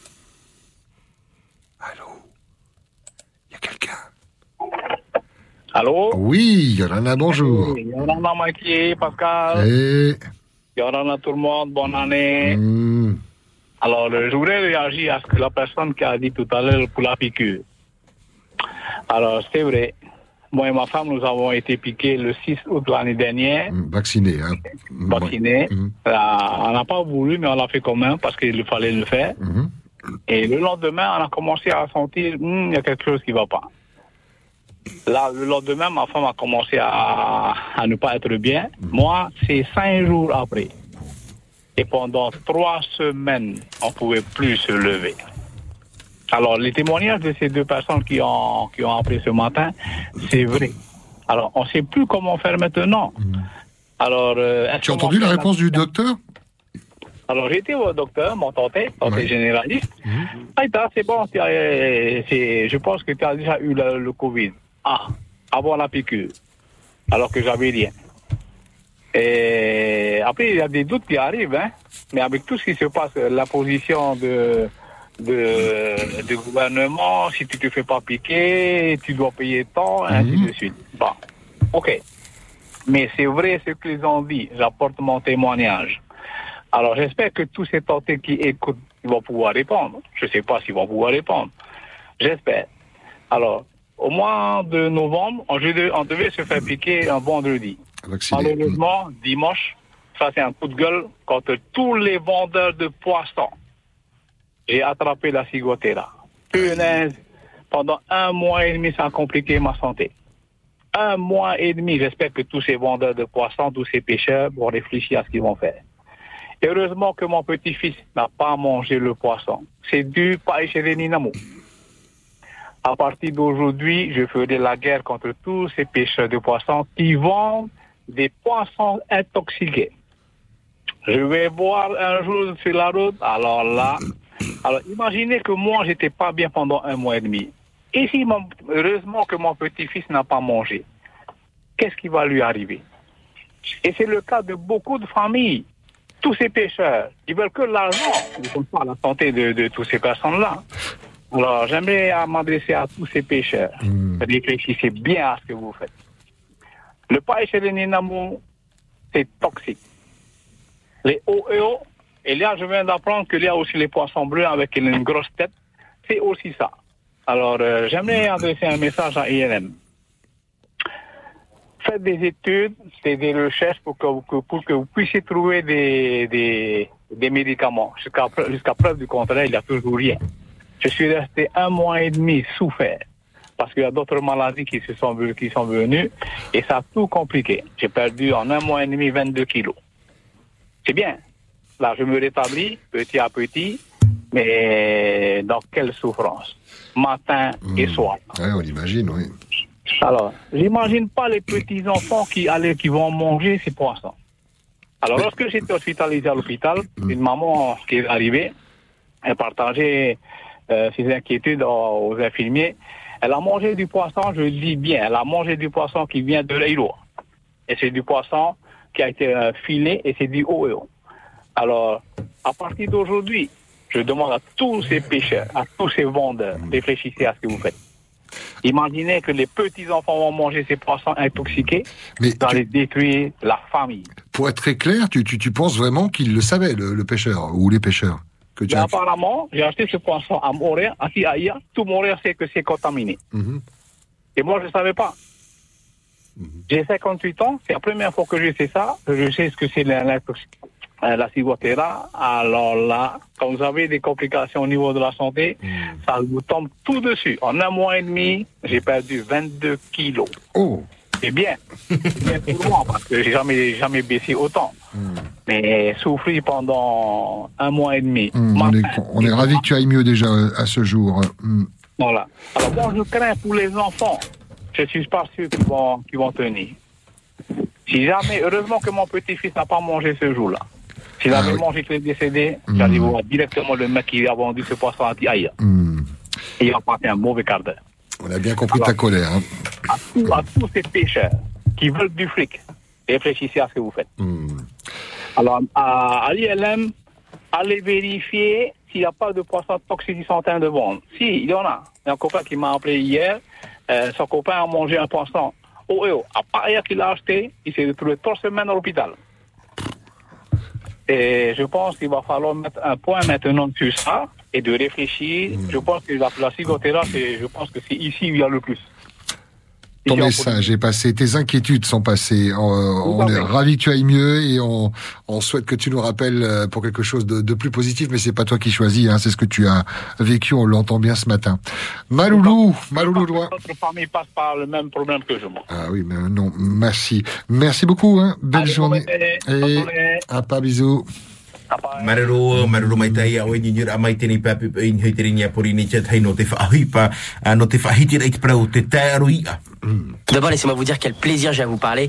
Il y a quelqu'un. Allô? Oui, Yorana, bonjour. Yorana, Mikey, Pascal. Et... Yorana, tout le monde, bonne année. Alors, je voudrais réagir à ce que la personne qui a dit tout à l'heure pour la piqûre. Alors, c'est vrai. Moi et ma femme, nous avons été piqués le 6 août l'année dernière. Vaccinés, hein. Vaccinés. On n'a pas voulu, mais on l'a fait quand même parce qu'il fallait le faire. Et le lendemain, on a commencé à sentir, il y a quelque chose qui ne va pas. Là, le lendemain, ma femme a commencé à ne pas être bien. Moi, c'est 5 jours après. Et pendant 3 semaines, on ne pouvait plus se lever. Alors, les témoignages de ces 2 personnes qui ont appelé ce matin, c'est vrai. Alors, on ne sait plus comment faire maintenant. Alors, tu as entendu la réponse du docteur? Alors, j'ai été au docteur, mon tanté généraliste. C'est bon, je pense que tu as déjà eu le Covid. Avant la piqûre. Alors que j'avais rien. Et après, il y a des doutes qui arrivent, hein. Mais avec tout ce qui se passe, la position du gouvernement, si tu te fais pas piquer, tu dois payer tant, ainsi de suite. Bon, ok. Mais c'est vrai ce qu'ils ont dit. J'apporte mon témoignage. Alors, j'espère que tous ces tentés qui écoutent vont pouvoir répondre. Je ne sais pas s'ils vont pouvoir répondre. J'espère. Alors, au mois de novembre, on devait se faire piquer un vendredi. Malheureusement, dimanche, ça c'est un coup de gueule contre tous les vendeurs de poissons. J'ai attrapé la ciguatera. Punaise, pendant 1 mois et demi, ça a compliqué ma santé. 1 mois et demi, j'espère que tous ces vendeurs de poissons, tous ces pêcheurs vont réfléchir à ce qu'ils vont faire. Heureusement que mon petit-fils n'a pas mangé le poisson. C'est dû par Echereninamo. À partir d'aujourd'hui, je ferai la guerre contre tous ces pêcheurs de poissons qui vendent des poissons intoxiqués. Je vais voir un jour sur la route, alors imaginez que moi, j'étais pas bien pendant 1 mois et demi. Et si, heureusement que mon petit-fils n'a pas mangé, qu'est-ce qui va lui arriver? Et c'est le cas de beaucoup de familles. Tous ces pêcheurs, ils veulent que l'argent, ils ne veulent pas la santé de toutes ces personnes-là. Alors, j'aimerais m'adresser à tous ces pêcheurs. Réfléchissez bien à ce que vous faites. Le païchereninamo, c'est toxique. Les OEO, et là, je viens d'apprendre qu'il y a aussi les poissons bleus avec une grosse tête. C'est aussi ça. Alors, j'aimerais adresser un message à INM. Faites des études, des recherches pour que vous puissiez trouver des médicaments. Jusqu'à preuve du contraire, il n'y a toujours rien. Je suis resté 1 mois et demi souffert parce qu'il y a d'autres maladies qui sont venues et ça a tout compliqué. J'ai perdu en 1 mois et demi 22 kilos. C'est bien. Là, je me rétablis petit à petit, mais dans quelle souffrance. Matin et soir. Oui, on l'imagine, oui. Alors, j'imagine pas les petits-enfants qui vont manger ces poissons. Alors, lorsque j'étais hospitalisé à l'hôpital, une maman qui est arrivée, elle partageait ses inquiétudes aux infirmiers. Elle a mangé du poisson, je dis bien, elle a mangé du poisson qui vient de l'Aïro. Et c'est du poisson qui a été filé et c'est du OEO. Alors, à partir d'aujourd'hui, je demande à tous ces pêcheurs, à tous ces vendeurs, réfléchissez à ce que vous faites. Imaginez que les petits-enfants vont manger ces poissons intoxiqués, ça les détruire la famille. Pour être très clair, tu penses vraiment qu'il le savait, le pêcheur, ou les pêcheurs que apparemment, j'ai acheté ce poisson à Montréal, à Aïa, tout Montréal sait que c'est contaminé. Et moi, je ne savais pas. J'ai 58 ans, c'est la première fois que je sais ça, je sais ce que c'est la ciguatera. Alors là, quand vous avez des complications au niveau de la santé, ça vous tombe tout dessus. En 1 mois et demi, j'ai perdu 22 kilos. Oh. C'est bien. C'est bien pour moi parce que j'ai jamais baissé autant. Mais souffrir pendant 1 mois et demi. On est ravis que tu ailles mieux déjà à ce jour. Voilà. Alors moi, je crains pour les enfants. Je suis pas sûr qu'ils vont tenir. Si jamais, heureusement que mon petit-fils n'a pas mangé ce jour-là. S'il avait mangé qu'il est décédé, j'allais voir directement le mec qui a vendu ce poisson à Aïe. Et il a passé un mauvais quart d'heure. On a bien compris ta colère. Hein. À tous ces pêcheurs qui veulent du fric, réfléchissez à ce que vous faites. Alors, à l'ILM, allez vérifier s'il n'y a pas de poissons toxiques qui sont en train de vendre. Si, il y en a. Il y a un copain qui m'a appelé hier. Son copain a mangé un poisson. À part hier qu'il a acheté, il s'est retrouvé 3 semaines à l'hôpital. Et je pense qu'il va falloir mettre un point maintenant sur ça et de réfléchir. Je pense que la psychothérapie, je pense que c'est ici où il y a le plus. Ton message est passé, tes inquiétudes sont passées. On est ravis que tu ailles mieux et on souhaite que tu nous rappelles pour quelque chose de plus positif, mais c'est pas toi qui choisis, hein, c'est ce que tu as vécu, on l'entend bien ce matin. Maloulou doigt. Notre famille passe par le même problème que je moi. Ah oui, mais non, merci. Merci beaucoup, hein. Belle journée. Et à pas, bisous. Marero mai tai a weni nira mai teni papi in heiterinha por initia tai no te fahipa no te fahiti reit prau te taruia. D'abord, laissez-moi vous dire quel plaisir j'ai à vous parler.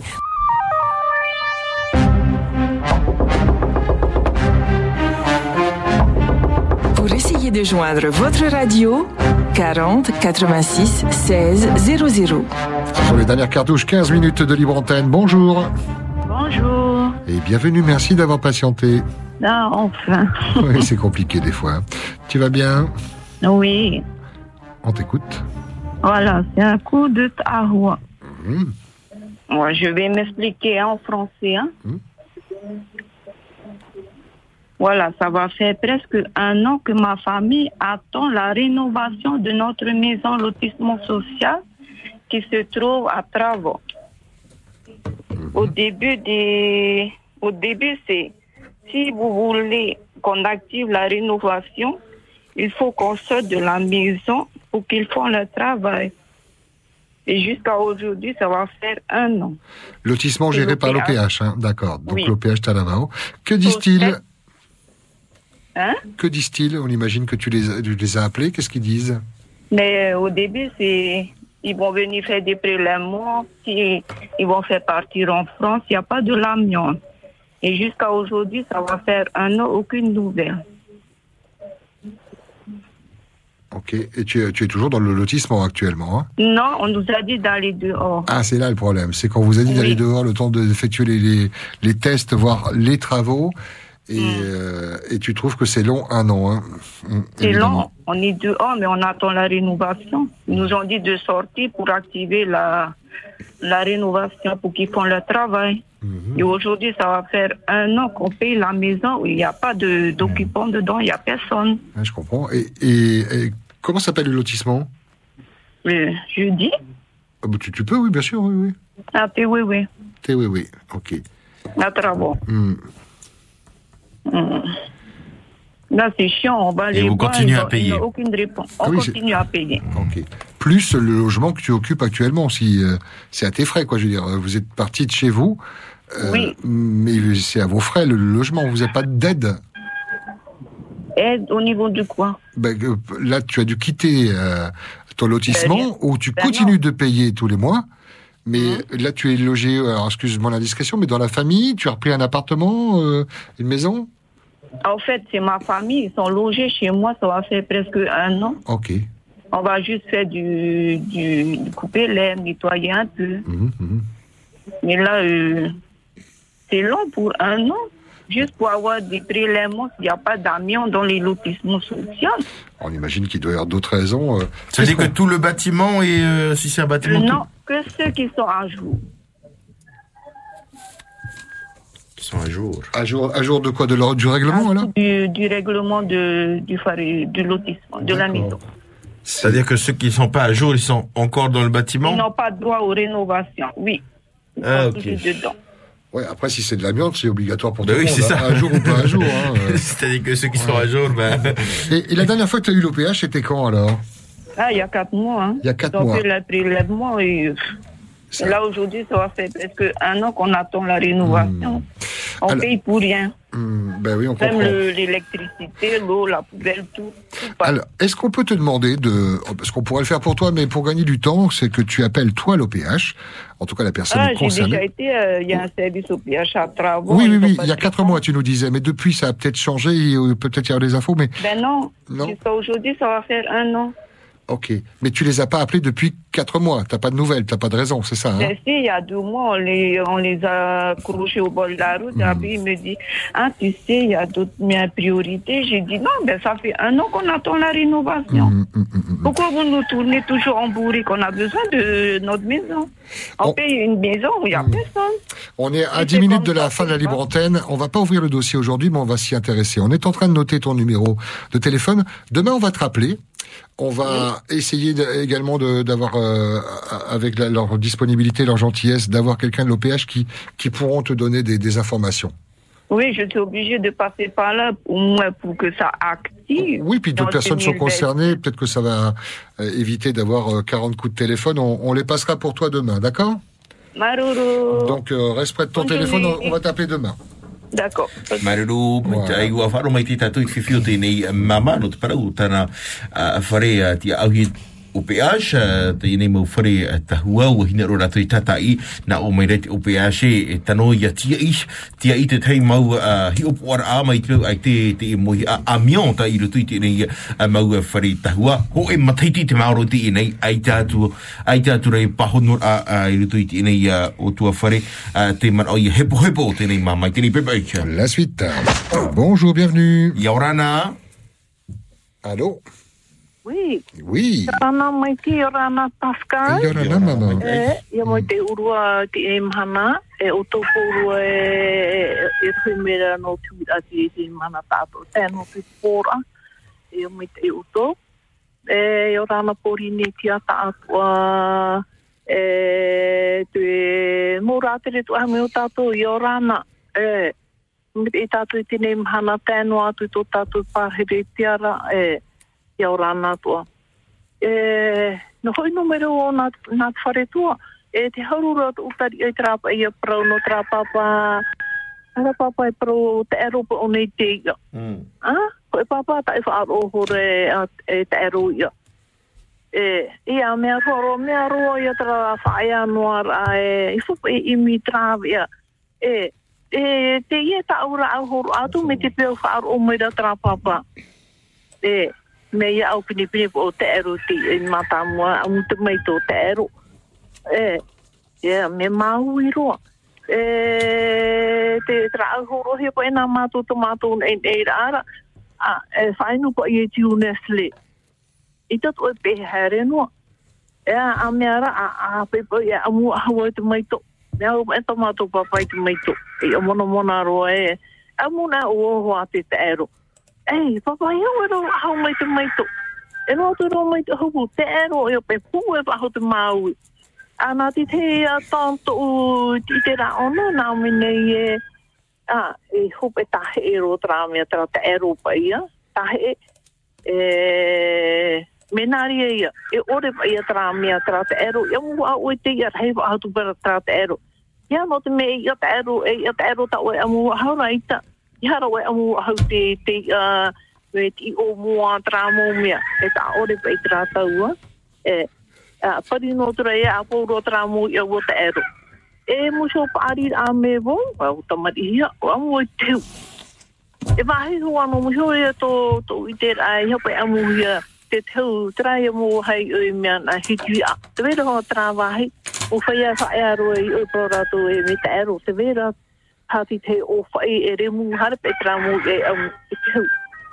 Pour essayer de joindre votre radio, 40 86 16 00. Sur les dernières cartouches, 15 minutes de libre antenne. Bonjour. Bonjour. Et bienvenue, merci d'avoir patienté. Ah, enfin. Oui, c'est compliqué des fois. Tu vas bien? Oui. On t'écoute. Voilà, c'est un coup de tarot. Moi, je vais m'expliquer en français. Hein. Voilà, ça va faire presque 1 an que ma famille attend la rénovation de notre maison lotissement social qui se trouve à travaux. Au début, c'est si vous voulez qu'on active la rénovation, il faut qu'on sorte de la maison pour qu'ils font le travail. Et jusqu'à aujourd'hui, ça va faire 1 an. Lotissement géré par l'OPH, hein, d'accord. Donc oui. L'OPH Talavao. Que disent-ils? Hein? Que disent-ils? On imagine que tu les as appelés. Qu'est-ce qu'ils disent? Mais au début, ils vont venir faire des prélèvements, ils vont faire partir en France, il n'y a pas de l'amiante. Et jusqu'à aujourd'hui, ça va faire 1 an, aucune nouvelle. Ok, et tu es toujours dans le lotissement actuellement, hein? Non, on nous a dit d'aller dehors. Ah, c'est là le problème, c'est qu'on vous a dit d'aller dehors, le temps d'effectuer les tests, voire les travaux, et tu trouves que c'est long, 1 an, hein? C'est long, on est dehors, mais on attend la rénovation. Ils nous ont dit de sortir pour activer la rénovation, pour qu'ils font le travail. Et aujourd'hui, ça va faire 1 an qu'on paye la maison où il n'y a pas d'occupants dedans, il n'y a personne. Je comprends. Et comment s'appelle le lotissement? Je dis. Ah, bah, tu peux, oui, bien sûr, oui. Ah, oui. Oui, ok. À travaux. Là, c'est chiant, on va les vous continuez à payer. Il n'y a aucune réponse. On continue à payer. Ok. Plus le logement que tu occupes actuellement, si c'est à tes frais, quoi. Je veux dire, vous êtes parti de chez vous, mais c'est à vos frais le logement. Vous n'avez pas d'aide. Aide au niveau de quoi? Là, tu as dû quitter ton lotissement où tu continues de payer tous les mois. Mais là, tu es logé, alors excuse-moi l'indiscrétion, mais dans la famille, tu as repris un appartement, une maison? En fait, c'est ma famille, ils sont logés chez moi, ça va faire presque 1 an. Ok. On va juste faire du couper l'herbe, nettoyer un peu. Mais là, c'est long pour 1 an, juste pour avoir des prélèvements, s'il n'y a pas d'amiante dans les lotissements sociaux. On imagine qu'il doit y avoir d'autres raisons. Ça veut dire que tout le bâtiment est, si c'est un bâtiment... Non, que ceux qui sont à jour. Qui sont à jour. À jour de quoi? Du règlement, alors? Du règlement du lotissement, de la maison. C'est-à-dire que ceux qui ne sont pas à jour, ils sont encore dans le bâtiment? Ils n'ont pas droit aux rénovations, oui. Ils sont toujours dedans. Ouais, après, si c'est de l'amiante, c'est obligatoire pour tout le monde. Oui, c'est ça. À jour ou pas à jour. Hein, C'est-à-dire que ceux qui sont à jour, Et la dernière fois que tu as eu l'OPH, c'était quand, alors? Ah, il y a 4 mois. Hein. Il y a 4 mois. Donc, le prélèvement, et là, aujourd'hui, ça va faire presque 1 an qu'on attend la rénovation. On paye pour rien. Ben oui, on Même comprend. l'électricité, l'eau, la poubelle, tout. Alors, est-ce qu'on peut te demander parce qu'on pourrait le faire pour toi, mais pour gagner du temps, c'est que tu appelles toi l'OPH, en tout cas la personne concernée. J'ai déjà été, il y a un service OPH à travaux. Oui, il y a 4 mois, tu nous disais, mais depuis, ça a peut-être changé, peut-être il y a des infos, mais... Ben non. Jusqu'à aujourd'hui, ça va faire 1 an. Ok. Mais tu les as pas appelés depuis 4 mois. T'as pas de nouvelles, t'as pas de raison, c'est ça, hein? Si, il y a 2 mois, on les a couchés au bord de la route. Et puis, il me dit, tu sais, il y a d'autres priorités. J'ai dit, non, ça fait 1 an qu'on attend la rénovation. Pourquoi vous nous tournez toujours en bourrique? On a besoin de notre maison. On paye une maison où il n'y a personne. On est à 10 minutes de la fin de la libre antenne. On va pas ouvrir le dossier aujourd'hui, mais on va s'y intéresser. On est en train de noter ton numéro de téléphone. Demain, on va te rappeler. On va essayer également d'avoir, avec leur disponibilité, leur gentillesse, d'avoir quelqu'un de l'OPH qui pourront te donner des informations. Oui, je suis obligée de passer par là pour que ça active. Oui, puis d'autres personnes sont concernées. Peut-être que ça va éviter d'avoir 40 coups de téléphone. On les passera pour toi demain, d'accord? Maruru. Donc, reste près de ton téléphone, on va t'appeler demain. D'accord. Maruru, ai ua wharo mai te tātou I whiwhio tēnei mama, no te parau tāna whare tia auhi OPH, tēnei mau whare tahua, ua hina ro rātou I tātai, na o mai rete OPH e tano ia tia I te tei mau hi opo ara a mai tau ai te mohi a mion ta I rutu I tēnei mau whare tahua, ho e mataiti te maoro tēnei ai tātu rei pahonor a I rutu I tēnei o tua whare, te man o I hepo tēnei mamai, tēnei pepa ika. La suite. Bonjour, bienvenue. Yorana. Allô? Oui. Oui. Yorana mai ki, Yorana Pascal. Yorana, maman. Ia moi te urua te mahana, o tōpō urua rhuimera no tū ati te mahana tātou. Tēnō te pōra, moi te uto. Yorana pōrini tia tātua, te mōrātere tu ahame o tātou, Yorana. I tātou tēnei mahana tēnō atu tō tātou pārhere tiara, Yorana tua. No hoi numero o nā whare tua, te haurura utari e trapa I a prau no trapapa, ara papa e prau te eropa o nei te ia. Ko e papa ta e whaaro hore te ero ia. Ia mea roa ia tra whaia noar I whupa I mi trava ia. Te ia ta aura au horo atu me te peo whaaro o meira trapapa. Me ia au pinipini po o te ero ti I matamua, au te meito te ero. Me mau I roa. Te tra au horo he po e nā mātou tomato e rara. Whainu po I e tiu Nestle. I tatu e pehere noa. A mea ra, a pepo I a mua hawa te meito. Mea au e tomato papai te meito. I a mona roa a muna o hoa te ero. Papa, eu era hau mai te maito. E no atu ro mai te hupu, te ero e o pe pu e paho te maui. Ana ti te tanto I te ra ono, nā mine hupe tahe e ro tra mea tra te ero pa ia. Tahe menari e ia. E ore pa ia tra mea tra te ero. Ia mua au e te ia rei pa hatu pera tra te ero. Ia no te me ia te ero ta oe amu haura ita. Ihara wai amu hau te ti o mua tramo mea. E ta ore pa I tra taua. Pari no tura a pōro tramo I awa te ero. Muso paari a me vo, au tamari hia, o amu I teu. Wahi hoa no muso to I te rai, hapa amu hia, te teu, trai amu hai oi mea na hiti a. Te vera hoa tra wahi, o whaia roa I oi pōrato me te ero, te vera hati te o whai e remu harepe tramo amu I teu.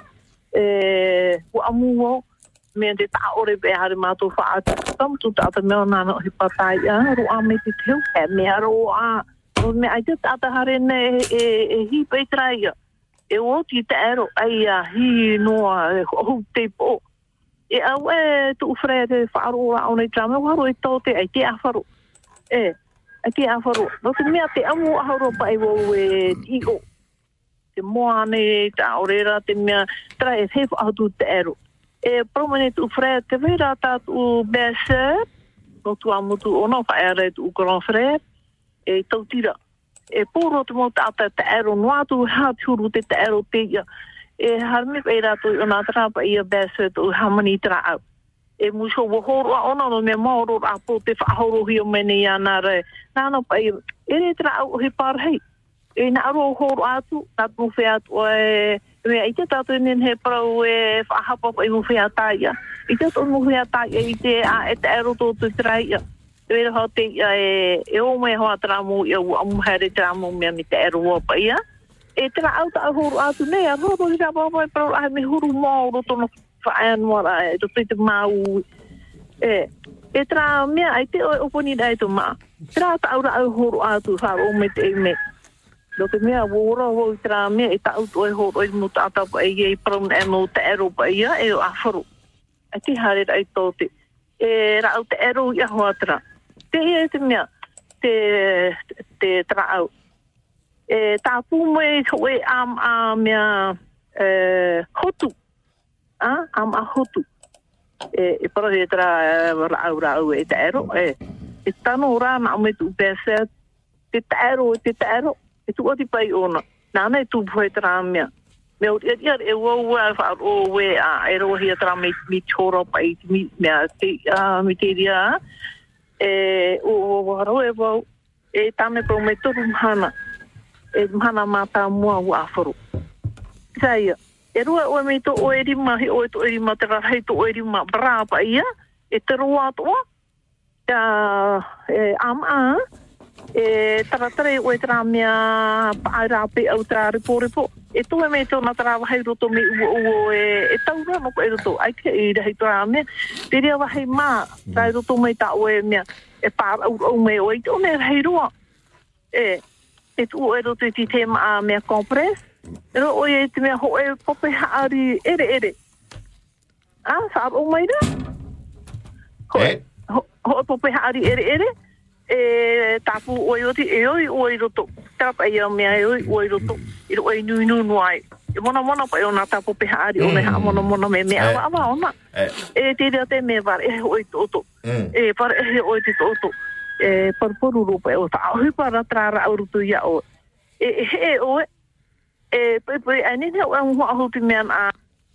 O amu o, mea te taore pe hare mātou whaata. Tamtu tāta mea nāna o he patai ro a me te teu. Mea ro a. Mea ai te tāta hare ne hi pe traia. E oti te ero ai hi noa hou te po. E au tu whare te whaaro a o nei trame. Wharo e tō te ai te awharo. Ai te awharo. No te mea te amu aharo pa e wo tiko. Te moane, te aorera, te mea trae e hewha atu te ero. Promene tu frère te vera tātu bese, no tu amutu ono whaere tu grand frère, tau tira. Pōro te mo tāta te ero noatu, hāturu te ero te ia. Harme pei rātu o nā trapa ia bese tu hamani trāu. Muso wahoro a ono no me maoro a po te whahoro hi o mene ia nā re. Nāna pei, re trāu he parhei. Nā aro horo atu, nā tu whea atu Me I te tātou nen he parau e whahapa pa i mo whea taia. I te tō mo whea taia i te a e te ero tōtu traia. E wera hao te ia e o me hoa tramo i au amuhere tramo mea mi te ero wapa ia. E tera au ta huru atu nei, a roto i rā pāpai parau ahe me huru mō roto no whaeanuara e roto i te mau. E tera mea ai te oe oponi dai to maa. Tera ta aura au huru atu wharo o me te ime. Do te mea wōra hoi tera mea e ta auto e horo i mo tātau pa e parau e mo te ero pa ia e o a wharu. E te hare rai tōte. E ra au te ero i a hoa tera. Te ia te mea, te tera au. Tā pūmei hoe am a mea hotu. Am a hotu. E para he tera rau e te ero. E tano rā na ame tu pēsea. Te ero. E tu oti pai ona. Nāna e tu pui tera mea. Mea oti ia e wau a whaaro we a e roa hia tera me chora pai mea mi te ria. O waro e wau. E tame pau me toru mhana. E mhana mata mua ua awharu. Saia, e rua oe me to oe rima, he oe to oe rima, te rahei to oe rima, brāpa ia, e te roa toa, ama, e taratare oe tera mea paarape au tera repo, e toe me to na tera wahei roto me ua e taura moko e roto, ai ke e rahi tera mea, te rea wahei mā, rai roto me ta oe mea, e pār au me oe, te one rahi roa, e tu oe roto i te maa mea kompres, e ro oe te mea hoe pope haari ere. Whaar o mai ra? Hoe pope haari ere, e tapu oe roti, e oe roto, tapa ia mea e oe roto, i ro oe nui nuai. E mona pa e ona tapu pe haari, ona haa mona me awa ona. E te rea te mea var, e oe toto, e par e oe te toto. Parporu ropa e o ta ahui para trara aurutu ia o he o pe ani ne o mo ahu te men a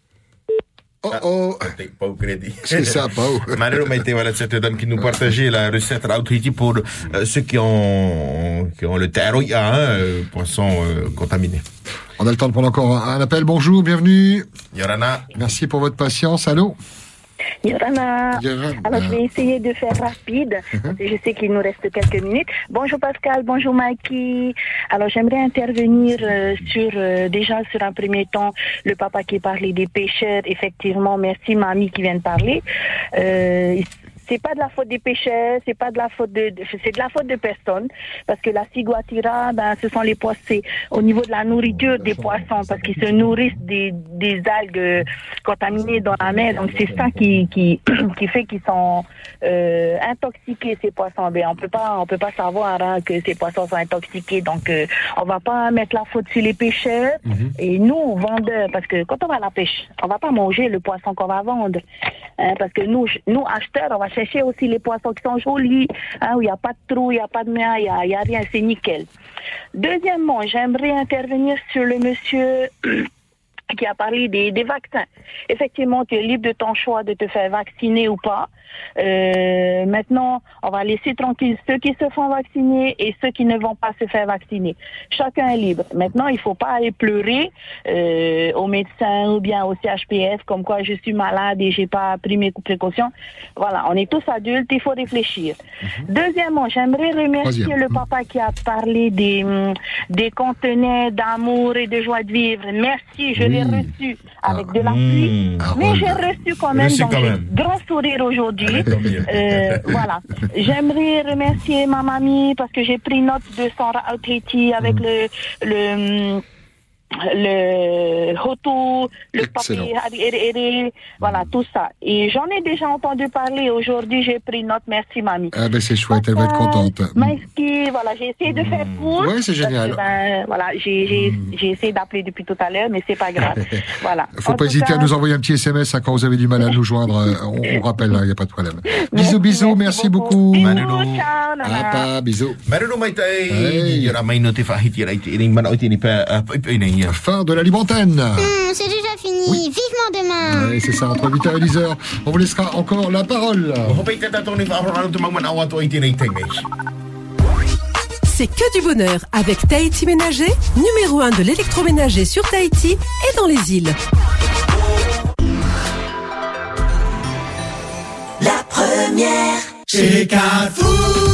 Pau crédit. C'est ça, Pau. Mario Maïté, voilà, cette dame qui nous partageait la recette Rautriti pour ceux qui ont le théroïa, poisson contaminé. On a le temps de prendre encore un appel. Bonjour, bienvenue. Yorana. Merci pour votre patience. Allô? Yorana. Alors, je vais essayer de faire rapide. Je sais qu'il nous reste quelques minutes. Bonjour Pascal, bonjour Mikey. Alors, j'aimerais intervenir déjà sur un premier temps, le papa qui parlait des pêcheurs. Effectivement, merci Mamie qui vient de parler. C'est pas de la faute des pêcheurs, c'est pas de la faute c'est de la faute de personne, parce que la ciguatera, ce sont les poissons, c'est au niveau de la nourriture des poissons, parce qu'ils se nourrissent des algues contaminées dans la mer, donc c'est ça qui fait qu'ils sont intoxiqués, ces poissons. Mais on peut pas savoir que ces poissons sont intoxiqués, donc on va pas mettre la faute sur les pêcheurs et nous vendeurs, parce que quand on va à la pêche, on va pas manger le poisson qu'on va vendre, parce que nous acheteurs, on va chercher aussi les poissons qui sont jolis, où il n'y a pas de trou, il n'y a pas de mer, il n'y a rien, c'est nickel. Deuxièmement, j'aimerais intervenir sur le monsieur qui a parlé des vaccins. Effectivement, tu es libre de ton choix de te faire vacciner ou pas. Maintenant, on va laisser tranquille ceux qui se font vacciner et ceux qui ne vont pas se faire vacciner. Chacun est libre. Maintenant, il ne faut pas aller pleurer au médecin ou bien au CHPF comme quoi je suis malade et j'ai pas pris mes précautions. Voilà, on est tous adultes, il faut réfléchir. Deuxièmement, j'aimerais remercier le papa qui a parlé des conteneurs d'amour et de joie de vivre. Merci, je l'ai reçu avec de la pluie, mais j'ai reçu quand même, donc j'ai grand sourire aujourd'hui. Voilà. J'aimerais remercier ma mamie parce que j'ai pris note de son Rautriti avec le Hotu, le papier, voilà, tout ça. Et j'en ai déjà entendu parler. Aujourd'hui, j'ai pris note. Merci, mamie. Ah ben c'est chouette, elle va être contente. Maïski, voilà, j'ai essayé de faire court. Oui, c'est génial. Voilà, j'ai essayé d'appeler depuis tout à l'heure, mais c'est pas grave. Voilà. Faut pas hésiter à nous envoyer un petit SMS quand vous avez du mal à nous joindre. On rappelle, il n'y a pas de problème. Bisous, merci beaucoup. Ciao, Nana. Bisous. Fin de la libre antenne. C'est déjà fini. Oui. Vivement demain. Oui, c'est ça, entre 8h et 10h. On vous laissera encore la parole. c'est que du bonheur avec Tahiti Ménager, numéro 1 de l'électroménager sur Tahiti et dans les îles. La première chez Carrefour.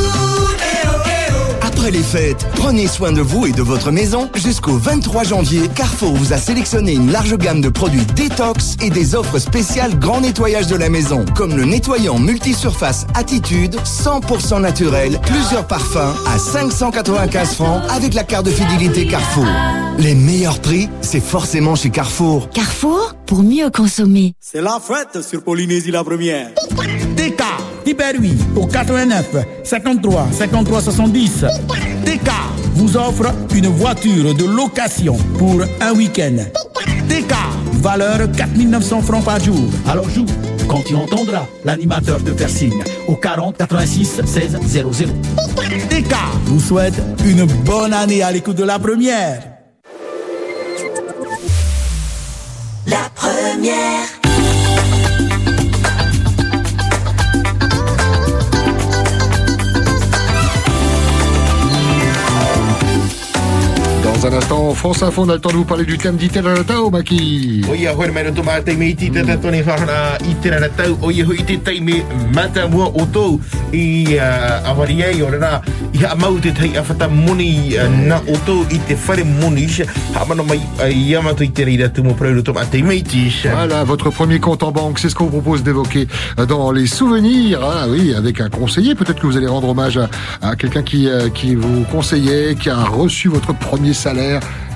Après les fêtes, prenez soin de vous et de votre maison. Jusqu'au 23 janvier, Carrefour vous a sélectionné une large gamme de produits détox et des offres spéciales grand nettoyage de la maison, comme le nettoyant multisurface Attitude, 100% naturel, plusieurs parfums à 595 francs avec la carte de fidélité Carrefour. Les meilleurs prix, c'est forcément chez Carrefour. Carrefour, pour mieux consommer. C'est la fête sur Polynésie la première. TK, Hyper 8 au 89 53 53 70. TK vous offre une voiture de location pour un week-end. TK, valeur 4 900 francs par jour. Alors joue quand tu entendras l'animateur te faire signe au 40 86 16 00. TK vous souhaite une bonne année à l'écoute de la première. La première. Dans un instant, France Info, on a le temps de vous parler du thème d'Iteranatau, Maki. Oui, ahoy, mais le tomate, mais iti tatatoni farna Iteranatau, oye ho ite tai me mata mua oto I avaria I orana I ha mau te tai afata moni na oto I te whare moni ha mana mai yamato Iteranatau mo preu le tomate mais iti. Voilà, votre premier compte en banque, c'est ce qu'on vous propose d'évoquer dans les souvenirs, hein, oui, avec un conseiller. Peut-être que vous allez rendre hommage à quelqu'un qui vous conseillait, qui a reçu votre premier salaire.